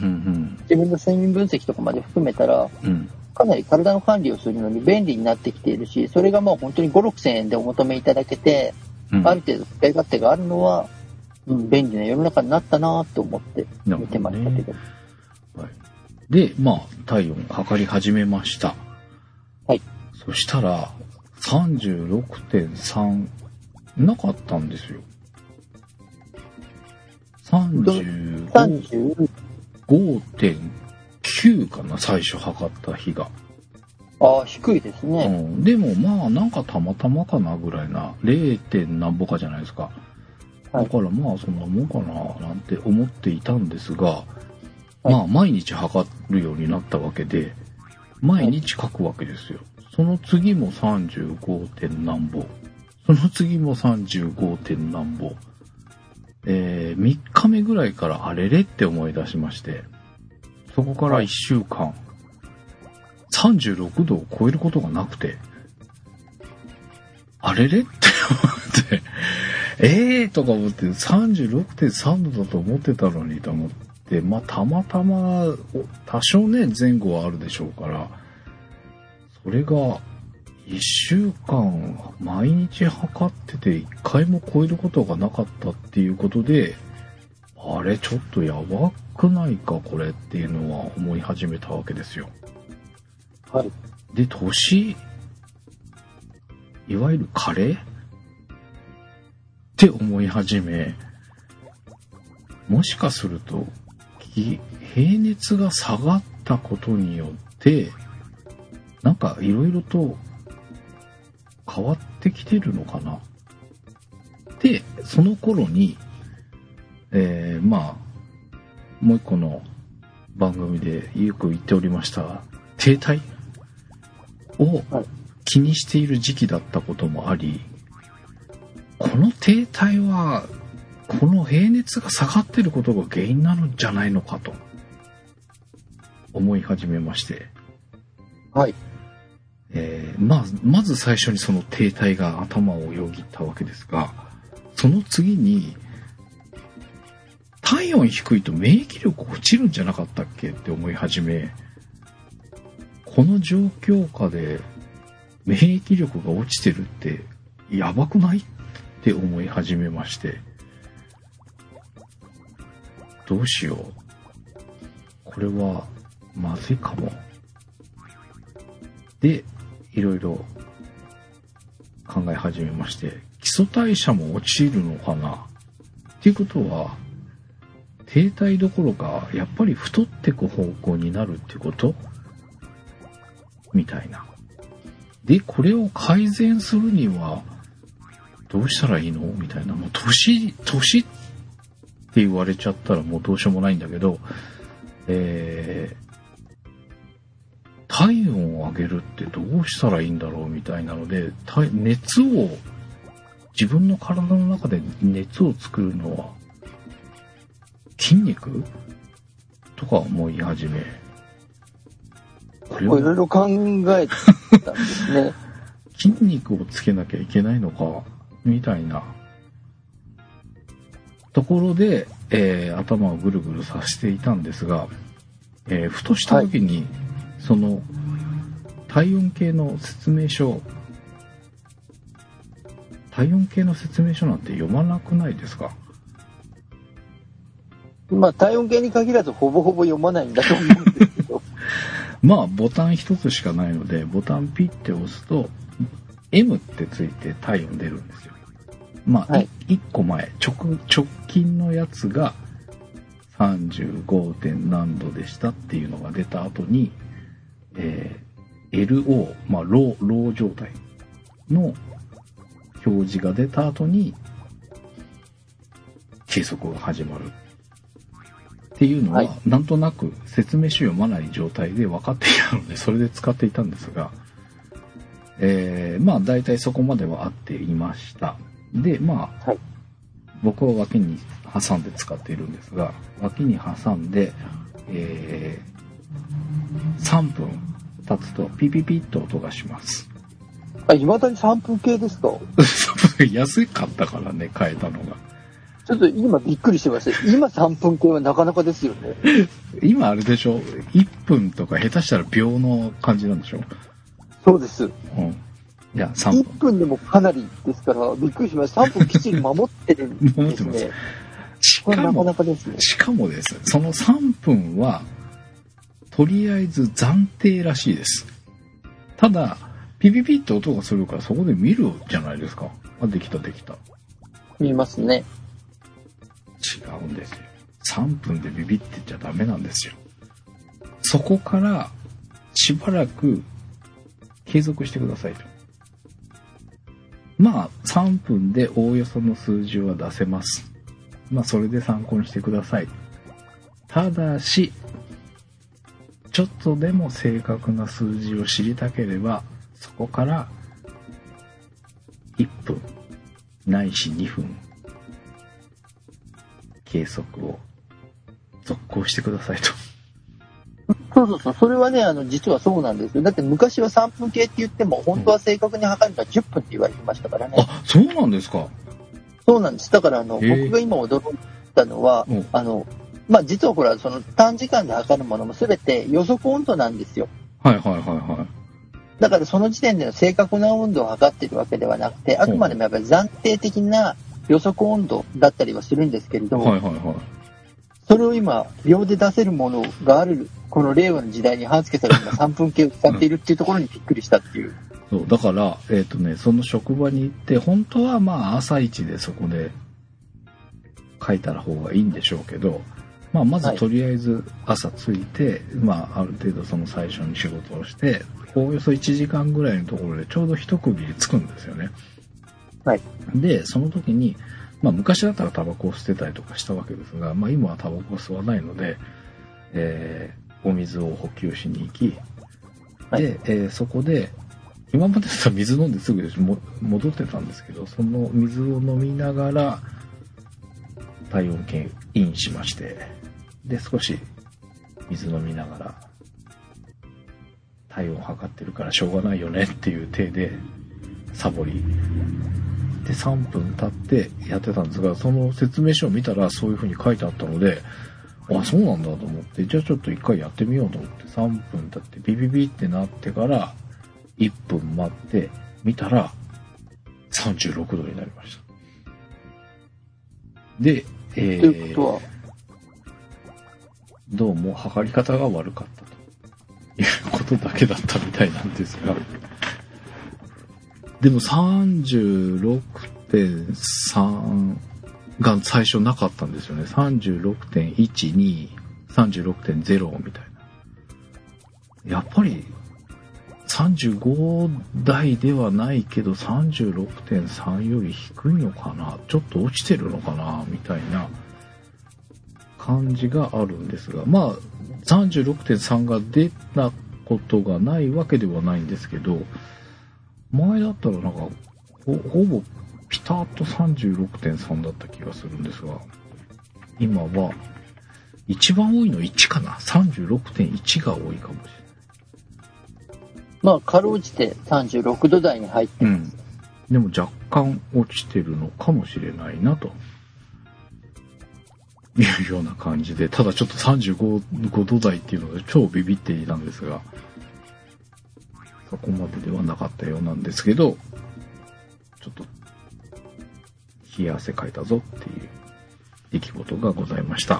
自分の睡眠分析とかまで含めたら、うん、かなり体の管理をするのに便利になってきているし、それがまあ本当にご、ろくせんえんでお求めいただけて、うん、ある程度使い勝手があるのは、うん、便利な世の中になったなと思って見てましたけど。 ねはい、で、まあ、体温測り始めました。 はい。 そしたら、さんじゅうろくてんさん なかったんですよ。さんじゅうごてんきゅう かな、最初測った日が。 ああ、低いですね。 うん。でもまあ、なんかたまたまかなぐらいな、れい. 点何歩かじゃないですか。だからまあ、そんなもんかな、なんて思っていたんですが、はい、まあ、毎日測るようになったわけで、毎日書くわけですよ。その次も さんじゅうご. 点何歩。その次も さんじゅうご. 点何歩。えー、みっかめぐらいからあれれって思い出しまして、そこからいっしゅうかん、さんじゅうろくどを超えることがなくて、あれれって思って、えーとか思って、さんじゅうろくてんさんどだと思ってたのにと思って、まあ、たまたま、多少ね、前後はあるでしょうから、それが、いっしゅうかん、毎日測ってて、いっかいも超えることがなかったっていうことで、あれ、ちょっとやばくないか、これっていうのは思い始めたわけですよ。 はい。 で、年、いわゆる加齢って思い始め、もしかすると、平熱が下がったことによって、なんかいろいろと変わってきてるのかな。で、その頃に、えー、まあ、もう一個の番組でよく言っておりました、停滞を気にしている時期だったこともあり、この停滞は、この平熱が下がってることが原因なのじゃないのかと思い始めまして。 はい。 えー、まあ、まず最初にその停滞が頭をよぎったわけですが、その次に、体温低いと免疫力落ちるんじゃなかったっけって思い始め、この状況下で免疫力が落ちてるってやばくないって思い始めまして、どうしよう。これはまずいかも。で、いろいろ考え始めまして、基礎代謝も落ちるのかなっていうことは、停滞どころか、やっぱり太ってく方向になるってことみたいな。で、これを改善するには、どうしたらいいのみたいな。もう年、年って言われちゃったらもうどうしようもないんだけど、えー、体温を上げるってどうしたらいいんだろうみたいなので、熱を、自分の体の中で熱を作るのは、筋肉とか思い始め、 これをいろいろ考えたんですね。 筋肉をつけなきゃいけないのかみたいなところで、えー、頭をぐるぐるさせていたんですが、えー、ふとした時に、はい、その体温計の説明書、体温計の説明書なんて読まなくないですか？ まあ、体温計に限らずほぼほぼ読まないんだと思うんですけど。 まあ、ボタン一つしかないので、ボタンピッて押すと、エム ってついて体温出るんですよ。まあ、はい、いっこまえ、直、直近のやつが さんじゅうご. 点何度でしたっていうのが出た後に、えー、エルオー、まあ、ロー、ロー状態の表示が出た後に、計測が始まる。っていうのは、はい、なんとなく説明書読まない状態で分かっていたので、それで使っていたんですが、えー、まあ大体そこまでは合っていました。で、まあ、はい、僕は脇に挟んで使っているんですが、脇に挟んで、えー、さんぷん経つとピピピッと音がします。 あ、未だにさんぷん計ですか？ 安かったからね、変えたのが。 ちょっと今びっくりしてました。今さんぷん計はなかなかですよね。 今あれでしょ、いっぷんとか下手したら秒の感じなんでしょ？ そうです。うん。 いや、さんぷん。 いっぷんでもかなりですから、びっくりしました。さんぷんきっちり守ってるんですね。守ってます。 しかも、なかなかですね。しかもです。そのさんぷんは、とりあえず暫定らしいです。ただ、ピピピって音がするからそこで見るじゃないですか。あ、できたできた。 見ますね。 違うんですよ。さんぷんでビビってちゃダメなんですよ。そこからしばらく継続してくださいと。まあさんぷんでおおよその数字は出せます。まあそれで参考にしてください。ただしちょっとでも正確な数字を知りたければ、そこからいっぷんないしにふん計測を続行してくださいと。 そうそうそう、それはね、あの実はそうなんですよ。だって昔はさんぷん計って言っても、本当は正確に測るのはじゅっぷんって言われてましたからね。 あ、そうなんですか。 そうなんです。だからあの僕が今驚いたのは、あのまあ実はほらその短時間で測るものも全て予測温度なんですよ。 はいはいはいはい。 だからその時点での正確な温度を測っているわけではなくて、あくまでもやっぱり暫定的な予測温度だったりはするんですけれど、 はいはいはい。 それを今秒で出せるものがあるこの令和の時代に半助さんが今さんぷん計を使っているっていうところにびっくりしたっていう。 そうだからえっ、ー、とねその職場に行って本当はまあ朝一でそこで書いたら方がいいんでしょうけど、まあまずとりあえず朝着いて、はい、まあある程度その最初に仕事をしておおよそいちじかんぐらいのところでちょうど一区切りつくんですよね。 はい。 でその時にまあ昔だったらタバコを捨てたりとかしたわけですが、まあ今はタバコを吸わないので、えー、お水を補給しに行き、はい、で、えー、そこで今までだったら水飲んですぐも戻ってたんですけど、その水を飲みながら体温計インしまして、で少し水飲みながら体温を測ってるからしょうがないよねっていう体でサボりでさんぷん経ってやってたんですが、その説明書を見たらそういう風に書いてあったので、あ、そうなんだと思って、じゃあちょっと一回やってみようと思ってさんぷん経ってビビビってなってからいっぷん待って見たらさんじゅうろくどになりました。で、えー、 ということはどうも測り方が悪かったということだけだったみたいなんですが、でも さんじゅうろくてんさん が最初なかったんですよね。 さんじゅうろくてんいちに さんじゅうろくてんゼロ みたいな。やっぱりさんじゅうご台ではないけど さんじゅうろくてんさん より低いのかな、ちょっと落ちてるのかなみたいな感じがあるんですが、まあ さんじゅうろくてんさん が出たことがないわけではないんですけど、前だったらなんか ほ, ほぼピタッと さんじゅうろくてんさん だった気がするんですが、今は一番多いのいちかな、 さんじゅうろくてんいち が多いかもしれない。 まあかろうじてさんじゅうろくど台に入ってます、 うん、でも若干落ちてるのかもしれないなというような感じで、ただちょっとさんじゅうごど台っていうので超ビビっていたんですが、そこまでではなかったようなんですけど、ちょっと冷や汗かいたぞっていう出来事がございました。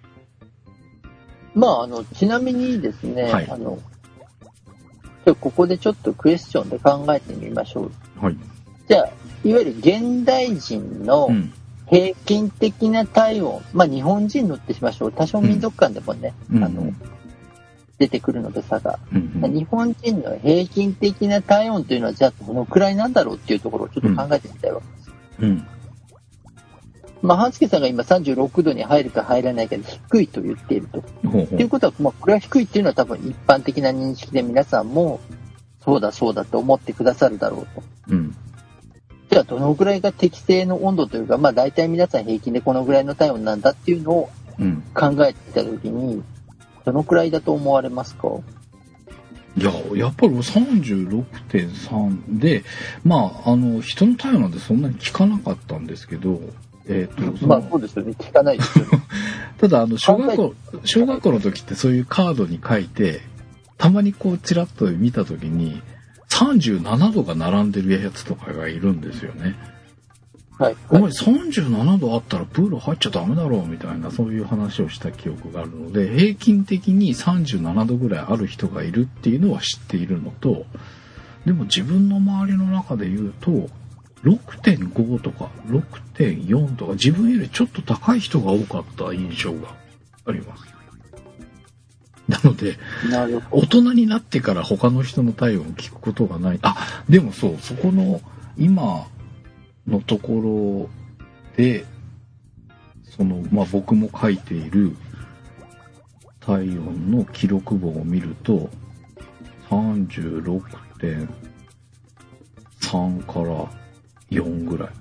まああのちなみにですね、はい、あのここでちょっとクエスチョンで考えてみましょう。 はい。 じゃあいわゆる現代人の平均的な体温、うん、まあ日本人のってしましょう。多少民族間でもね、うん、あの出てくるので差が、うんうん、日本人の平均的な体温というのはじゃあどのくらいなんだろうっていうところをちょっと考えてみたいわけです。 うん。 まあ半助さんが今さんじゅうろくどに入るか入らないかで低いと言っていると。 ほうほう。 ということは、まあこれは低いっていうのは多分一般的な認識で皆さんもそうだそうだと思ってくださるだろうと。 うん。 じゃあどのくらいが適正の温度というか、まあ大体皆さん平均でこのぐらいの体温なんだっていうのを考えていたときに、どのくらいだと思われますか？ いや、やっぱり さんじゅうろくてんさん で、まあ、あの、人の体温なんてそんなに聞かなかったんですけど、えーと、 まあそうですよね、聞かないですよね。 ただ、あの、小学校、小学校の時ってそういうカードに書いて、たまにこう、ちらっと見た時に、さんじゅうななどが並んでるやつとかがいるんですよね。 はい。 お前さんじゅうななどあったらプール入っちゃダメだろうみたいな、そういう話をした記憶があるので、平均的にさんじゅうななどぐらいある人がいるっていうのは知っているのと、でも自分の周りの中で言うと、ろくてんご とか ろくてんよん とか自分よりちょっと高い人が多かった印象があります。 なので、なるほど。大人になってから他の人の体温を聞くことがない。あ、でもそう、そこの今のところで、その、まあ、僕も書いている体温の記録簿を見ると、さんじゅうろくてんさんからよんぐらい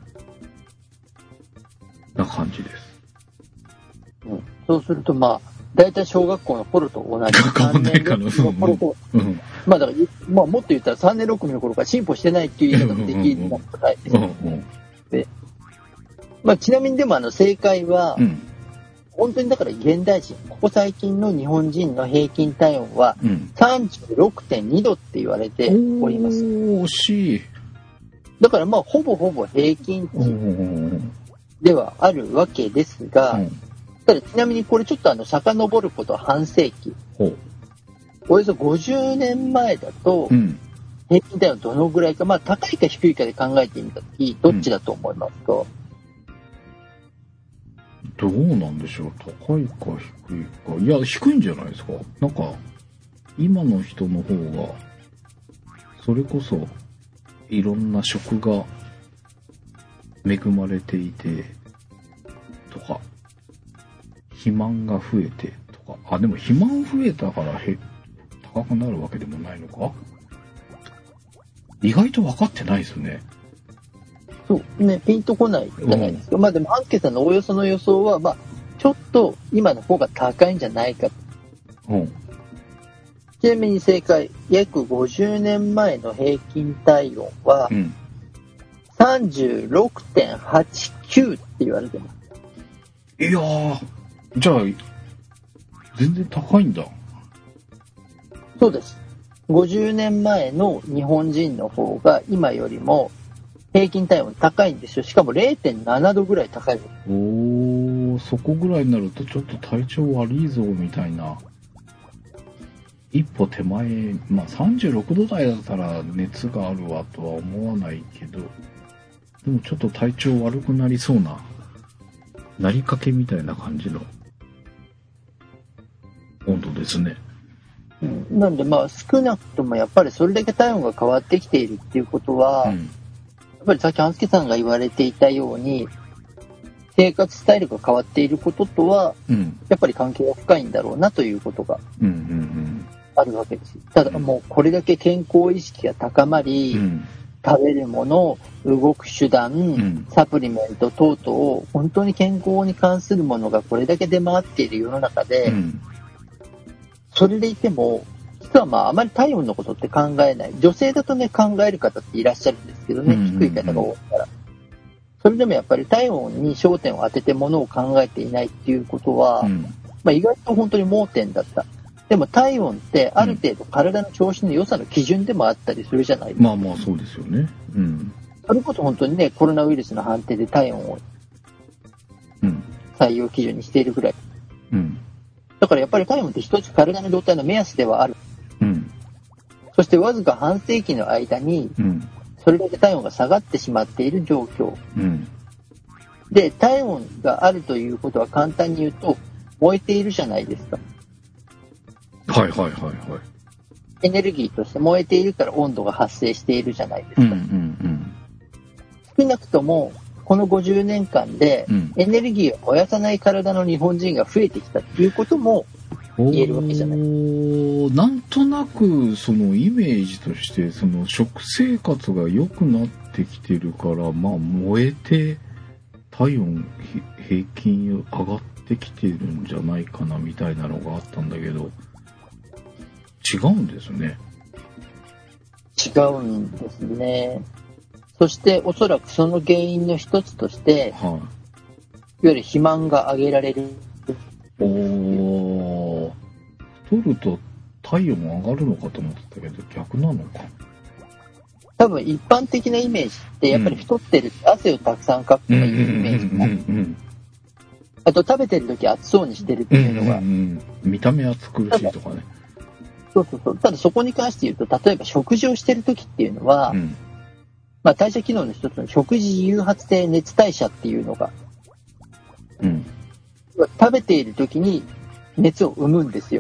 な感じです。 うん、そうすると、まあ、だいたい小学校の頃と同じ。 変わんないかな、 その頃と、うん。まあ、だから、まあ、もっと言ったらさんねんろっ組の頃から進歩してないっていう言い方もできるの答えです。で、まあ、ちなみにでも、あの、正解は、うん、本当にだから現代人、ここ最近の日本人の平均体温は さんじゅうろくてんに 度って言われております。 うん、惜しい。 だからまあ、ほぼほぼ平均値ではあるわけですが、うん、ただちなみにこれちょっとあの遡ること半世紀、およそごじゅうねんまえだと、平均体温どのぐらいか、まあ高いか低いかで考えてみたとき、どっちだと思いますか？ どうなんでしょう、高いか低いか。いや、低いんじゃないですか。なんか、今の人の方が、それこそ、いろんな食が恵まれていて、とか、肥満が増えて、とか。あ、でも肥満増えたからへ高くなるわけでもないのか？意外と分かってないですね。 そうね、ピンとこないじゃないですか。うん、まあでも、アンケさんのおおよその予想は、まあ、ちょっと今の方が高いんじゃないか。うん、ちなみに正解、約ごじゅうねんまえの平均体温は、うん、さんじゅうろくてんはちきゅうって言われてます。 いやー、じゃあ、全然高いんだ。 そうです。ごじゅうねんまえの日本人の方が今よりも平均体温高いんですよ。しかも れいてんなな 度ぐらい高い。 おー、そこぐらいになるとちょっと体調悪いぞみたいな。一歩手前、まあさんじゅうろくど台だったら熱があるわとは思わないけど、でもちょっと体調悪くなりそうな、なりかけみたいな感じの温度ですね。 うん、なんでまあ少なくともやっぱりそれだけ体温が変わってきているっていうことは、うん、やっぱりさっき半助さんが言われていたように生活スタイルが変わっていることとは、うん、やっぱり関係が深いんだろうなということがあるわけです。ただもうこれだけ健康意識が高まり、うん、食べるもの、動く手段、うん、サプリメント等々本当に健康に関するものがこれだけ出回っている世の中で、うん、それでいても実はまああまり体温のことって考えない。女性だとね考える方っていらっしゃるんですけどね、うんうんうん、低い方が多いから。それでもやっぱり体温に焦点を当ててものを考えていないっていうことは、うん、まあ、意外と本当に盲点だった。でも体温ってある程度体の調子の良さの基準でもあったりするじゃないですか。 まあまあそうですよね。うん。 それこそ本当にねコロナウイルスの判定で体温を採用基準にしているぐらい。うん。だからやっぱり体温って一つ体の状態の目安ではある。うん。そしてわずか半世紀の間に、うん、それだけ体温が下がってしまっている状況。うん。で、体温があるということは簡単に言うと燃えているじゃないですか。 はいはいはいはい。 エネルギーとして燃えているから温度が発生しているじゃないですか。うんうんうん、少なくともこのごじゅうねんかんでエネルギーを燃やさない体の日本人が増えてきたっていうことも言えるわけじゃない。 なんとなくそのイメージとしてその食生活が良くなってきてるからまあ燃えて体温平均上がってきてるんじゃないかなみたいなのがあったんだけど違うんですね。 違うんですね。そしておそらくその原因の一つとして、はい、いわゆる肥満が挙げられる。 おー、太ると体温上がるのかと思ってたけど逆なのか。 多分一般的なイメージってやっぱり太ってる、うん、汗をたくさんかくというイメージがある。あと食べてる時熱そうにしてるっていうのが、うんうんうん、見た目暑苦しいとかね。 そうそうそう。ただそこに関して言うと例えば食事をしてる時っていうのは、うん、まあ、代謝機能の一つの食事誘発性熱代謝っていうのが、うん、食べている時に熱を生むんですよ。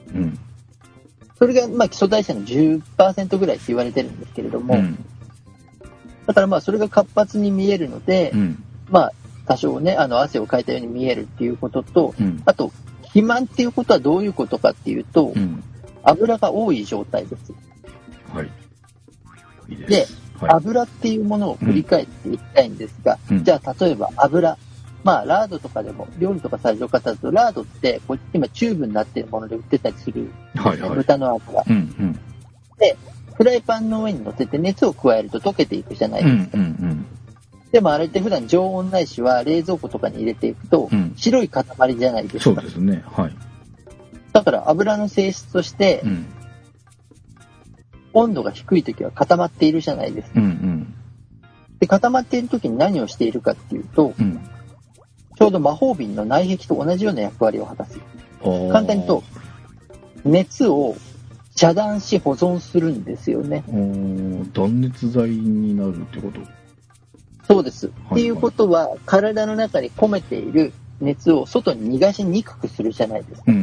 うん、 それがまあ基礎代謝の じゅっパーセント ぐらいって言われてるんですけれども、うん、だからまあそれが活発に見えるので、うん、まあ多少ね、あの汗をかいたように見えるっていうことと、うん、あと肥満っていうことはどういうことかっていうと、うん、油が多い状態です。 はい。いいです。 で、はい、油っていうものを振り返っていきたいんですが、うん、じゃあ例えば油、まあラードとかでも料理とかされる方だとラードってこう今チューブになっているもので売ってたりする、はいはい、豚の油、うんうん、でフライパンの上に乗せて熱を加えると溶けていくじゃないですか、うんうんうん、でもあれって普段常温ないしは冷蔵庫とかに入れていくと、うん、白い塊じゃないですか。 そうですね、はい。 だから油の性質として、うん、温度が低い時は固まっているじゃないですか、うんうん、で固まっている時に何をしているかっていうと、うん、ちょうど魔法瓶の内壁と同じような役割を果たす。簡単に言うと熱を遮断し保存するんですよね。 断熱材になるってこと？ そうです、はいはい、っていうことは体の中に込めている熱を外に逃がしにくくするじゃないですか、うんうんうん、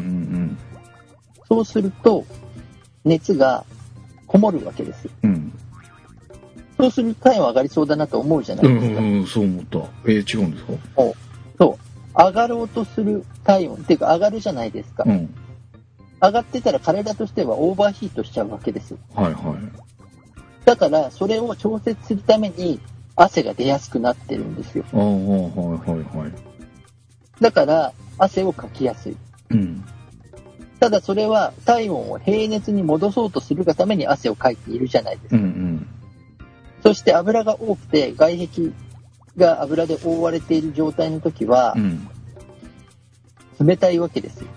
そうすると熱がこもるわけです、うん、そうすると体温上がりそうだなと思うじゃないですか、 うんうん、そう思った。えー、違うんですか？ そう上がろうとする体温っていうか上がるじゃないですか、うん、上がってたら体としてはオーバーヒートしちゃうわけです、 はいはい、 だからそれを調節するために汗が出やすくなってるんですよ。 ああ、はいはいはい。 だから汗をかきやすい、うん、ただそれは体温を平熱に戻そうとするがために汗をかいているじゃないですか、うんうん、そして油が多くて外壁が油で覆われている状態の時は、うん、冷たいわけですよ。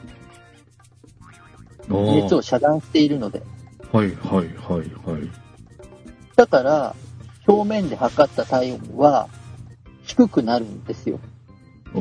熱を遮断しているので。 はいはいはいはい。 だから表面で測った体温は低くなるんですよ。 あー、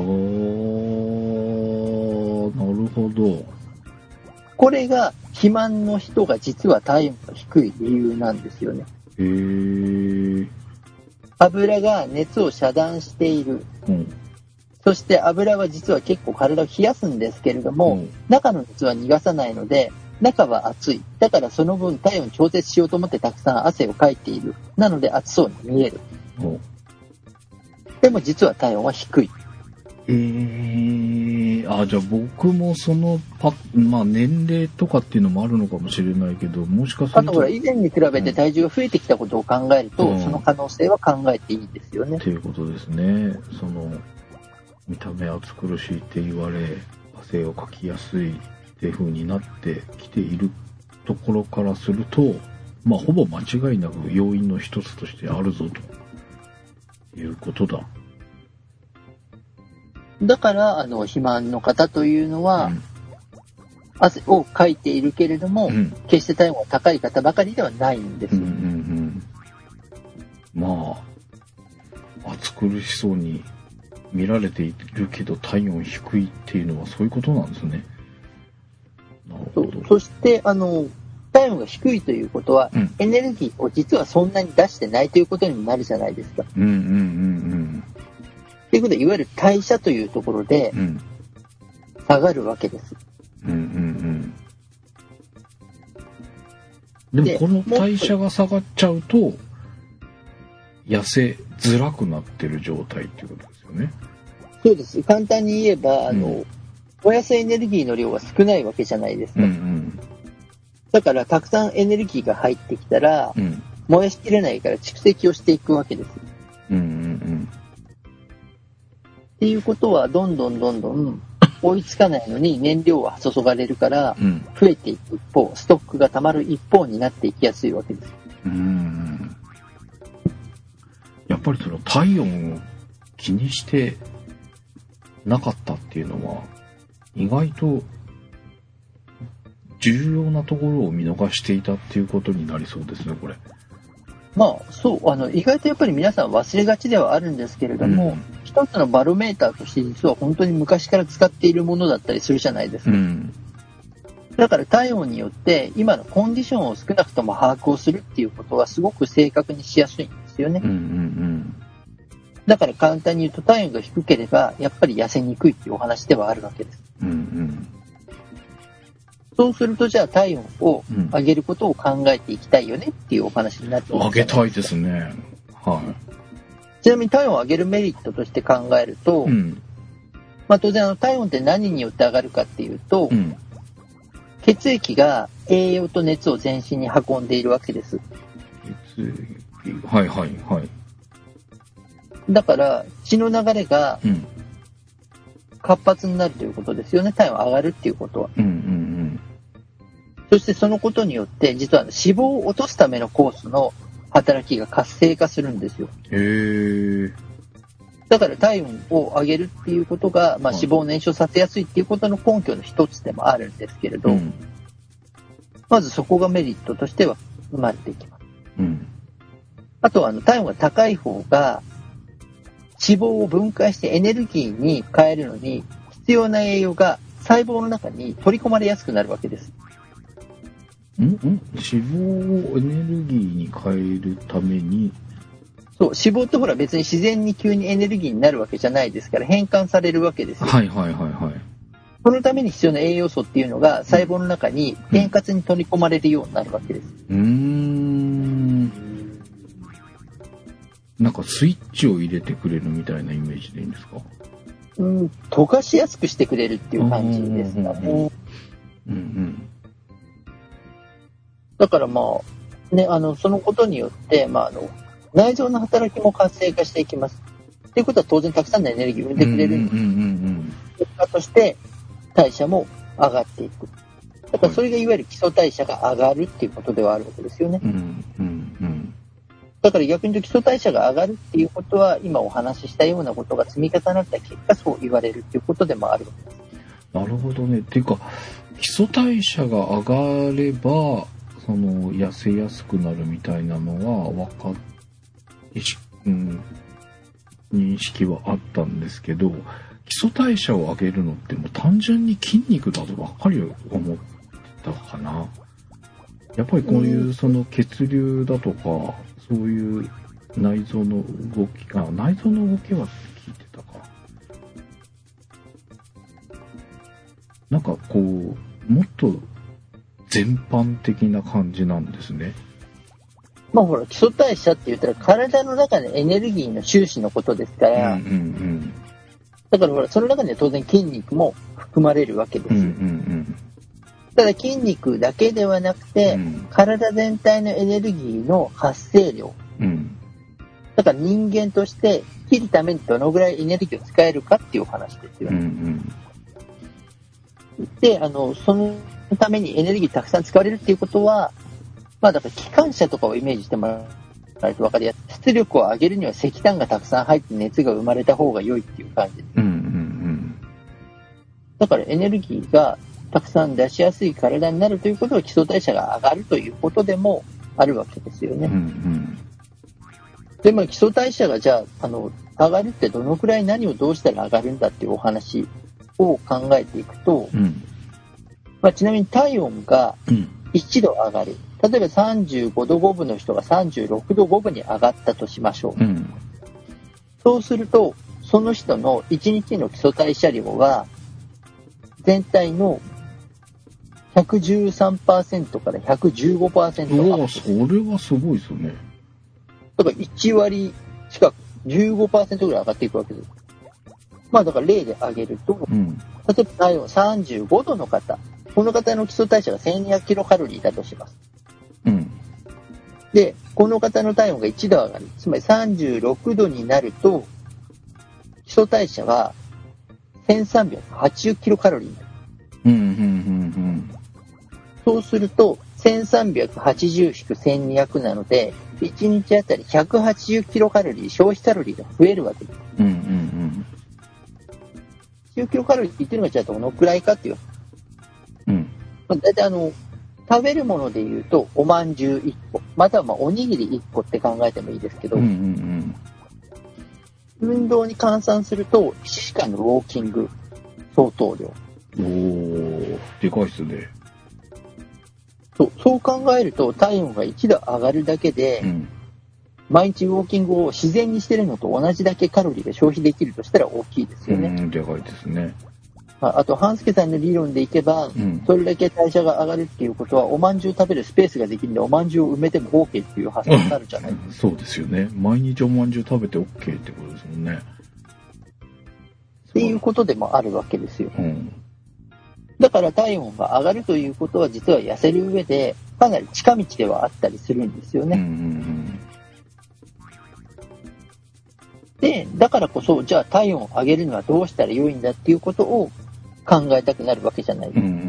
なるほど。 これが肥満の人が実は体温が低い理由なんですよね。 へー。 油が熱を遮断している、うん、そして油は実は結構体を冷やすんですけれども、うん、中の熱は逃がさないので中は暑い。だからその分体温調節しようと思ってたくさん汗をかいている。なので暑そうに見える。うん、でも実は体温は低い。 えー、あ、じゃあ僕もそのパ、まあ年齢とかっていうのもあるのかもしれないけど、もしかすると。 あとほら、以前に比べて体重が増えてきたことを考えると、うん、その可能性は考えていいですよね。 っていうことですね。その、見た目暑苦しいって言われ、汗をかきやすいっていう風になってきているところからすると、まあほぼ間違いなく要因の一つとしてあるぞということだ。 だからあの肥満の方というのは、うん、汗をかいているけれども、うん、決して体温が高い方ばかりではないんですよ、うんうんうん、まあ暑苦しそうに見られているけど体温低いっていうのはそういうことなんですね。 なるほど。 そ, そしてあの体温が低いということは、うん、エネルギーを実はそんなに出してないということにもなるじゃないですか。うんうんうんうんということでいわゆる代謝というところで下がるわけです、うんうんうん、でもこの代謝が下がっちゃうと痩せづらくなってる状態っていうことですよね。 そうです。簡単に言えばあの、うん、燃やすエネルギーの量が少ないわけじゃないですか、うんうん、だからたくさんエネルギーが入ってきたら、うん、燃やしきれないから蓄積をしていくわけです、うんうんうんっていうことはどんどんどんどん追いつかないのに燃料は注がれるから増えていく一方、ストックが溜まる一方になっていきやすいわけです。うーん、 やっぱりその体温を気にしてなかったっていうのは意外と重要なところを見逃していたっていうことになりそうですね、これ。 まあそうあの意外とやっぱり皆さん忘れがちではあるんですけれども、うん、一つのバロメーターとして実は本当に昔から使っているものだったりするじゃないですか、うん、だから体温によって今のコンディションを少なくとも把握をするっていうことはすごく正確にしやすいんですよね、うんうんうん、だから簡単に言うと体温が低ければやっぱり痩せにくいっていうお話ではあるわけです、うんうん、 そうすると、じゃあ体温を上げることを考えていきたいよねっていうお話になっています。 上げたいですね。はい。 ちなみに体温を上げるメリットとして考えると、うん、まあ当然あの体温って何によって上がるかっていうと、うん、血液が栄養と熱を全身に運んでいるわけです。 血液、はいはいはい。 だから血の流れが活発になるということですよね。体温上がるっていうことは。うんうんうん、そしてそのことによって実は脂肪を落とすための酵素の働きが活性化するんですよ。 へー。 だから体温を上げるっていうことが、まあ、脂肪を燃焼させやすいっていうことの根拠の一つでもあるんですけれど、うん、まずそこがメリットとしては生まれていきます。うん、あとはあの体温が高い方が脂肪を分解してエネルギーに変えるのに必要な栄養が細胞の中に取り込まれやすくなるわけです。 んん脂肪をエネルギーに変えるために、 そう、脂肪ってほら別に自然に急にエネルギーになるわけじゃないですから変換されるわけですよ。 はいはいはいはい。 そのために必要な栄養素っていうのが細胞の中に円滑に取り込まれるようになるわけです。 うーん。なんかスイッチを入れてくれるみたいなイメージでいいんですか？ うん、溶かしやすくしてくれるっていう感じですかね。うんうん。だからまあね、あのそのことによってまああの内臓の働きも活性化していきます。ということは当然たくさんのエネルギーを生んでくれるんです。結果として代謝も上がっていく。だからそれがいわゆる基礎代謝が上がるっていうことではあるわけですよね。うんうんうん、だから逆に言うと基礎代謝が上がるっていうことは今お話ししたようなことが積み重なった結果そう言われるっていうことでもあるわけです。 なるほどね。っていうか基礎代謝が上がればその痩せやすくなるみたいなのは分かっうん、認識はあったんですけど、基礎代謝を上げるのってもう単純に筋肉だとばっかり思ったかな。やっぱりこういうその血流だとかそういう内臓の動きあ内臓の動きは聞いてたか。なんかこうもっと全般的な感じなんですね。 まあほら基礎代謝って言ったら体の中でエネルギーの収支のことですから、うんうんうん、だからほらその中には当然筋肉も含まれるわけです、うんうんうん、ただ筋肉だけではなくて、うん、体全体のエネルギーの発生量、うん、だから人間として生きるためにどのぐらいエネルギーを使えるかっていうお話ですよね、うんうん、であのそのためにエネルギーたくさん使われるっていうことはまあだから機関車とかをイメージしてもらえると分かりやすい。出力を上げるには石炭がたくさん入って熱が生まれた方が良いっていう感じです。うんうんうん、だからエネルギーがたくさん出しやすい体になるということは基礎代謝が上がるということでもあるわけですよね。うんうん、でまあ基礎代謝がじゃあ、あの上がるってどのくらい何をどうしたら上がるんだっていうお話を考えていくと、うんまあ、ちなみに体温がいちど上がる。例えばさんじゅうごどごぶの人がさんじゅうろくどごぶに上がったとしましょう、うん、そうするとその人のいちにちの基礎代謝量は全体の ひゃくじゅうさんパーセント から ひゃくじゅうごパーセントうわそれはすごいですよね。 だからいちわり近く じゅうごパーセント ぐらい上がっていくわけです。まあだから例で挙げると、うん、例えば体温さんじゅうごどの方、この方の基礎代謝がせんにひゃくキロカロリーだとします。うん、で、この方の体温がいちど上がる。つまりさんじゅうろくどになると、基礎代謝はせんさんびゃくはちじゅうキロカロリーになる。うんうんうんうん、そうすると、せんさんびゃくはちじゅう引くせんにひゃくなので、いちにちあたりひゃくはちじゅうキロカロリー、消費カロリーが増えるわけです。うんうんうん、じゅうキロカロリーって言ってるのがじゃあどのくらいかっていう。うん。まあ、だいたいあの、食べるもので言うとおまんじゅういっこまたはまあおにぎりいっこって考えてもいいですけど、うんうんうん、運動に換算するといちじかんのウォーキング相当量。 おーでかいっすね。 そう、そう考えると体温がいちど上がるだけで、うん、毎日ウォーキングを自然にしてるのと同じだけカロリーが消費できるとしたら大きいですよね。 うんでかいですね。 あと、半助さんの理論でいけば、うん、それだけ代謝が上がるっていうことは、おまんじゅう食べるスペースができるんで、おまんじゅうを埋めても OK っていう発想になるじゃないですか。 そうですよね。毎日おまんじゅう食べて OK ってことですもんね。 っていうことでもあるわけですよ。 うん、 だから体温が上がるということは、実は痩せる上で、かなり近道ではあったりするんですよね。 うんうんうんで、だからこそ、じゃあ体温を上げるにはどうしたら良いんだっていうことを考えたくなるわけじゃないですか。 うんうんうん、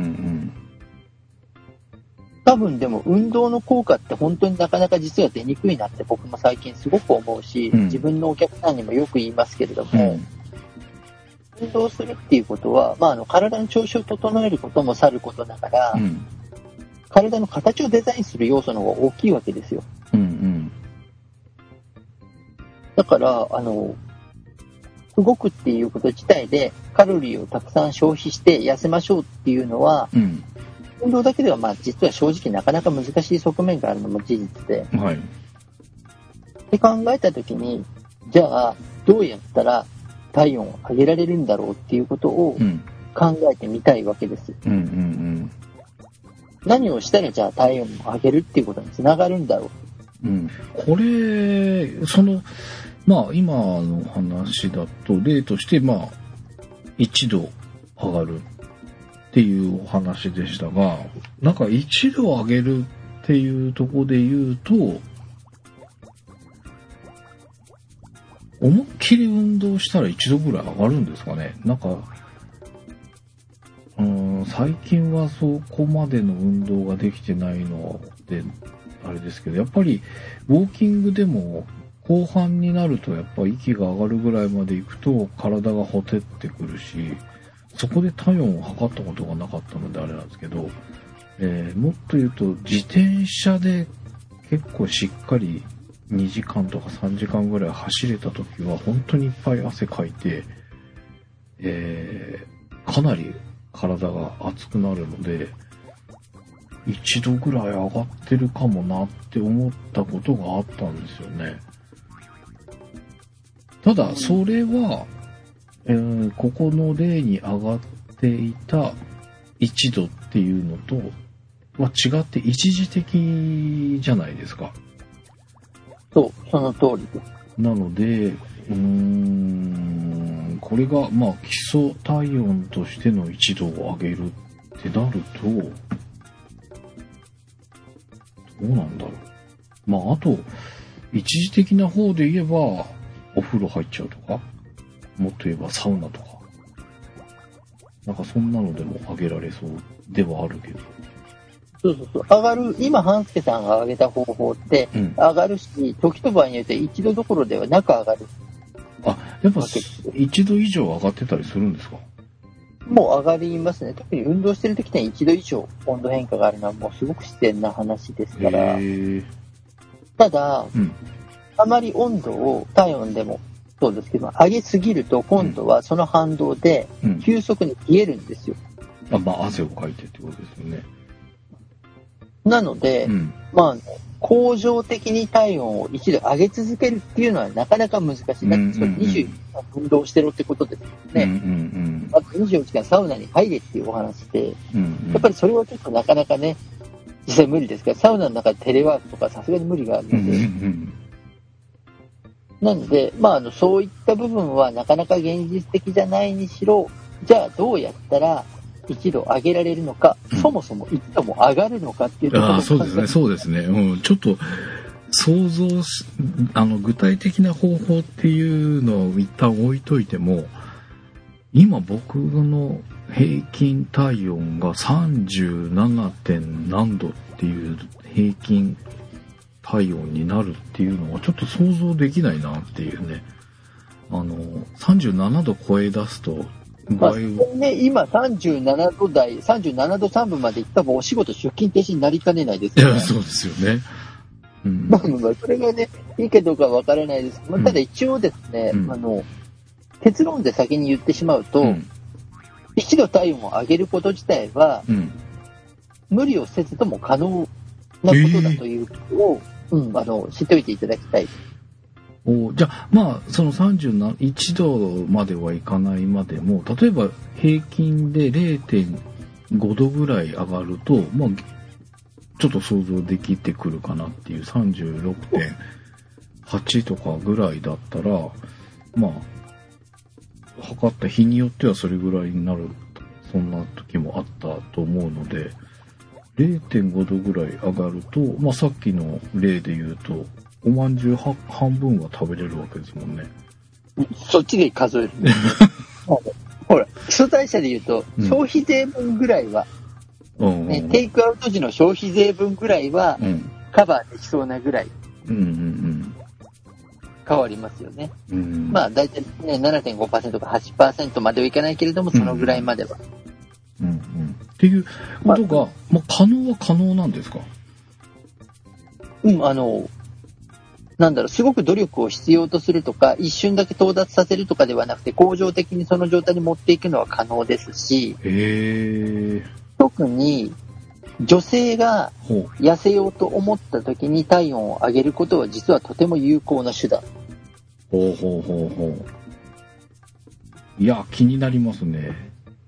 多分でも運動の効果って本当になかなか実は出にくいなって僕も最近すごく思うし、うん、自分のお客さんにもよく言いますけれども、うん、運動するっていうことは、まあ、あの体の調子を整えることもさることながら、うん、体の形をデザインする要素の方が大きいわけですよ。 うんうんだから、あの、動くっていうこと自体でカロリーをたくさん消費して痩せましょうっていうのは、うん、運動だけではまあ実は正直なかなか難しい側面があるのも事実で。 はい。 って考えたときに、じゃあどうやったら体温を上げられるんだろうっていうことを考えてみたいわけです。 うんうんうん、 何をしたらじゃあ体温を上げるっていうことにつながるんだろう。うん、これ、その、まあ今の話だと例としてまあいちど上がるっていうお話でしたが、なんかいちど上げるっていうところで言うと、思いっきり運動したらいちどぐらい上がるんですかね。なんか、うーん、最近はそこまでの運動ができてないのであれですけど、やっぱりウォーキングでも後半になるとやっぱ息が上がるぐらいまで行くと体がほてってくるし、そこで体温を測ったことがなかったのであれなんですけど、えー、もっと言うと自転車で結構しっかりにじかんとかさんじかんぐらい走れた時は本当にいっぱい汗かいて、えー、かなり体が熱くなるので一度ぐらい上がってるかもなって思ったことがあったんですよね。ただそれは、えー、ここの例に上がっていたいちどっていうのとは違って一時的じゃないですか。 そう、その通りです。 なので、うーん、これがまあ基礎体温としてのいちどを上げるってなると、どうなんだろう。まああと一時的な方で言えばお風呂入っちゃうとか、もっと言えばサウナとか、なんかそんなのでも上げられそうではあるけど。 そうそうそう、上がる、今半助さんが挙げた方法って上がるし、うん、時と場合によって一度どころではなく上がる。 あ、やっぱ一度以上上がってたりするんですか？ もう上がりますね。特に運動してる時に一度以上温度変化があるのはもうすごく自然な話ですから。ただ、うん、あまり温度を体温でもそうですけど上げすぎると今度はその反動で急速に冷えるんですよ。 うん、あ、まあ汗をかいてってことですよね。 なので、うん、まあ恒常的に体温を一度上げ続けるっていうのはなかなか難しい。だってそれにじゅうよじかん運動してろってことですよね。うんうんうん、あとにじゅうよじかんサウナに入れっていうお話で、うんうん、やっぱりそれはちょっとなかなかね実際無理ですから、サウナの中でテレワークとかさすがに無理があるので、うんうんうん、なので、まあ、あのそういった部分はなかなか現実的じゃないにしろ、じゃあどうやったら一度上げられるのか、うん、そもそも一度も上がるのかっていうところあそうですね、そうですね、うん、ちょっと想像しあの具体的な方法っていうのを一旦置いといても、今僕の平均体温がさんじゅうなな. 点何度っていう平均体温になるっていうのはちょっと想像できないなっていうね。あのさんじゅうななど超え出すとまあね、今さんじゅうななど台、さんじゅうななどさんぶまでいったらお仕事出勤停止になりかねないですよね。 いや、そうですよね。 うん、まあまあそれがね、いいかどうかはわからないですけど、うん、ただ一応ですね、うん、あの、結論で先に言ってしまうと、うん、一度体温を上げること自体は、うん、無理をせずとも可能なことだということを、えーうん、あの知っておいていただきたい。 おじゃあまあそのさんじゅういちどまではいかないまでも、例えば平均で れいてんごどぐらい上がると、まあちょっと想像できてくるかなっていう さんじゅうろくてんはち とかぐらいだったら、まあ測った日によってはそれぐらいになる、そんな時もあったと思うので、れいてんごどぐらい上がると、まあさっきの例で言うとおまんじゅうは半分は食べれるわけですもんね。 そっちで数える、ね、ほら基礎代謝で言うと、うん、消費税分ぐらいは、うんうんうんね、テイクアウト時の消費税分ぐらいは、うん、カバーできそうなぐらい、うんうんうん、変わりますよね、うんうん、まあ大体ね ななてんごパーセント か はちパーセント まではいかないけれども、そのぐらいまでは、 うんうんうん、っていうことが、まあまあ、可能は可能なんですか？ うんあのなんだろう、すごく努力を必要とするとか、一瞬だけ到達させるとかではなくて、恒常的にその状態に持っていくのは可能ですし、 へー、 特に女性が痩せようと思った時に体温を上げることは実はとても有効な手段。 ほうほうほうほう。いや、気になりますね。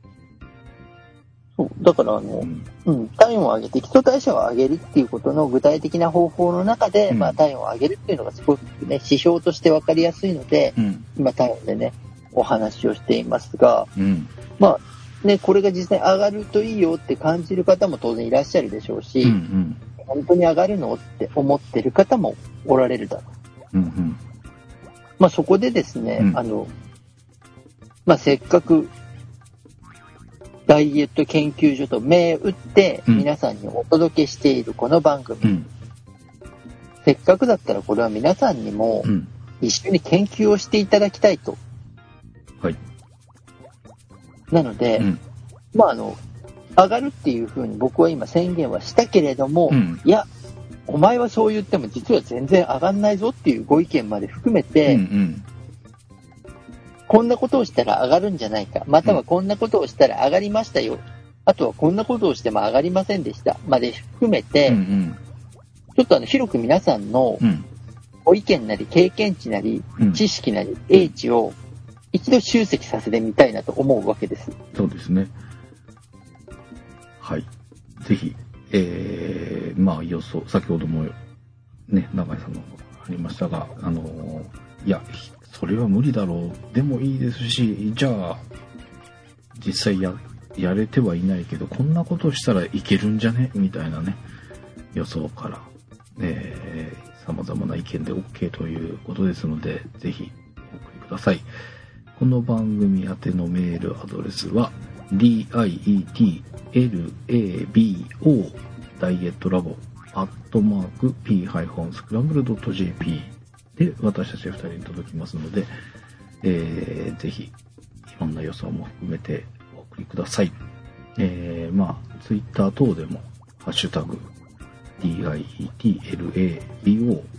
そうだからあの、うんうん、体温を上げて基礎代謝を上げるっていうことの具体的な方法の中で、うん、まあ、体温を上げるっていうのがすごくね指標として分かりやすいので、うん、今体温でねお話をしていますが、うん、まあねこれが実際上がるといいよって感じる方も当然いらっしゃるでしょうし、うんうん、本当に上がるのって思ってる方もおられるだろう、うんうん、まあそこでですね、うん、あのまあせっかくダイエット研究所と銘打って皆さんにお届けしているこの番組、うん、せっかくだったらこれは皆さんにも一緒に研究をしていただきたいと、 はい、 なので、うん、まああの上がるっていうふうに僕は今宣言はしたけれども、うん、いやお前はそう言っても実は全然上がんないぞっていうご意見まで含めて、うんうん、こんなことをしたら上がるんじゃないか、またはこんなことをしたら上がりましたよ、うん、あとはこんなことをしても上がりませんでしたまで含めて、うんうん、ちょっとあの広く皆さんのご意見なり経験値なり、うん、知識なり英知を一度集積させてみたいなと思うわけです。 そうですね。はい。ぜひ、えー、まあ予想、先ほどもね、永井さんのありましたが、あのー、いや、それは無理だろうでもいいですし、じゃあ実際ややれてはいないけどこんなことをしたらいけるんじゃねみたいなね予想から、えー、様々な意見で OK ということですので、ぜひお送りください。この番組宛てのメールアドレスは ディーアイイーティーエルエービーオー ダイエットラボアットマーク p スクランブルドットジェーピー で私たちふたりに届きますので、えー、ぜひいろんな予想も含めてお送りください。えー、まあツイッター等でもハッシュタグ ディーアイイーティーエルエービーオー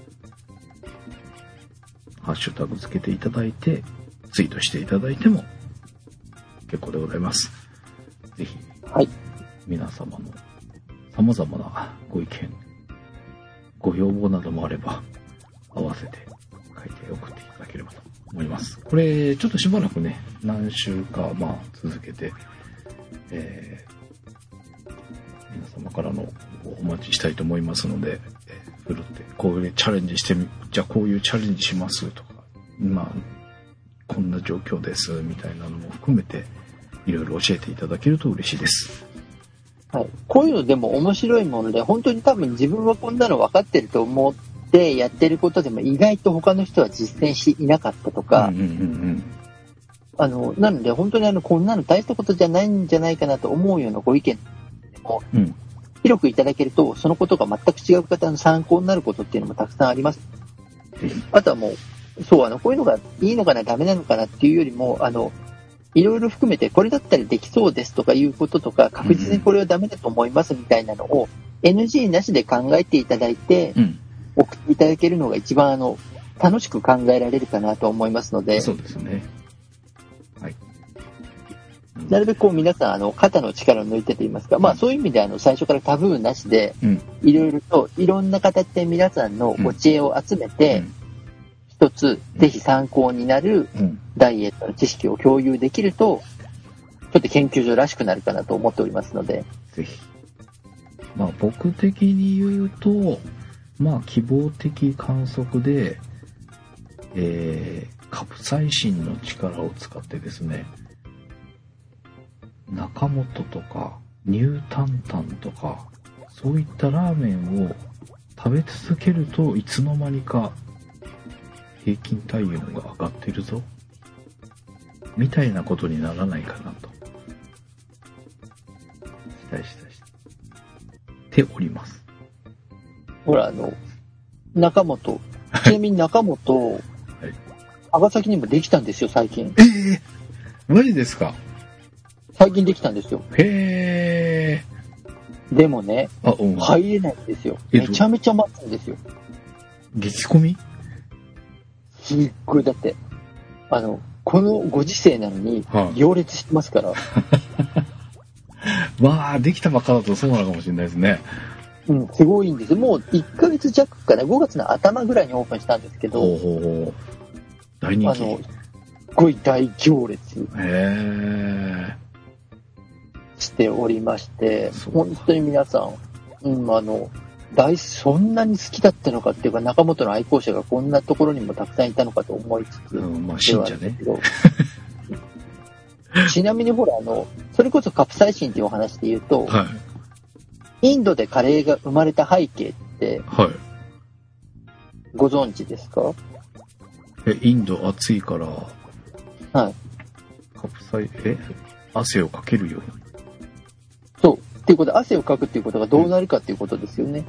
ハッシュタグつけていただいてツイートしていただいても結構でございます。ぜひ、はい、皆様の様々なご意見ご要望などもあれば合わせて書いて送っていただければと思います。これちょっとしばらくね何週かまあ続けて、えー、皆様からのお待ちしたいと思いますので、えー、ふるってこういうチャレンジしてみじゃあこういうチャレンジしますとか、まあこんな状況ですみたいなのも含めていろいろ教えていただけると嬉しいです。 はい、こういうのでも面白いもので本当に多分自分はこんなの分かってると思ってやってることでも意外と他の人は実践していなかったとか、うんうんうんうん、あのなので本当にあのこんなの大したことじゃないんじゃないかなと思うようなご意見でも、うん、広くいただけるとそのことが全く違う方の参考になることっていうのもたくさんあります。あとはもうそうあのこういうのがいいのかなダメなのかなっていうよりもあのいろいろ含めてこれだったらできそうですとかいうこととか確実にこれはダメだと思いますみたいなのを エヌジー なしで考えていただいて送っていただけるのが一番あの楽しく考えられるかなと思いますので、 そうですね、はい、 なるべくこう皆さんあの肩の力を抜いてと言いますか、まあそういう意味であの最初からタブーなしでいろいろといろんな形で皆さんのお知恵を集めて一つ、ぜひ参考になるダイエットの知識を共有できると、ちょっと研究所らしくなるかなと思っておりますので。 ぜひ。まあ僕的に言うと、まあ希望的観測で、えー、カプサイシンの力を使ってですね、中本とか乳担々とか、そういったラーメンを食べ続けるといつの間にか平均体温が上がってるぞみたいなことにならないかなと期待しております。 ほら、あの中本、ちなみに中本、はい、長崎にもできたんですよ最近。 ええー、マジですか？ 最近できたんですよ。 へえ。 でもね、 あ、うん、 入れないんですよ。めちゃめちゃ待つんですよ。 激混み？ すっごい、だって、あの、このご時世なのに、行列してますから。 まあ、できたばっかだとそうなのかもしれないですね。 うん、すごいんですよ。もういっかげつ弱かな、ごがつの頭ぐらいにオープンしたんですけど、 ほうほうほう、大人気。 あの、すごい大行列。 へえ。 しておりまして、本当に皆さん、うん、あの、大、そんなに好きだったのかっていうか、中本の愛好者がこんなところにもたくさんいたのかと思いつつ、 うん、まあ、信者ね。 ちなみにほら、あの、それこそカプサイシンっていうお話で言うと、 はい、 インドでカレーが生まれた背景って、 はい、 ご存知ですか？ え、インド暑いから、 はい。 カプサイ、え、汗をかけるように。 そう。っていうことで、汗をかくっていうことがどうなるかっていうことですよね。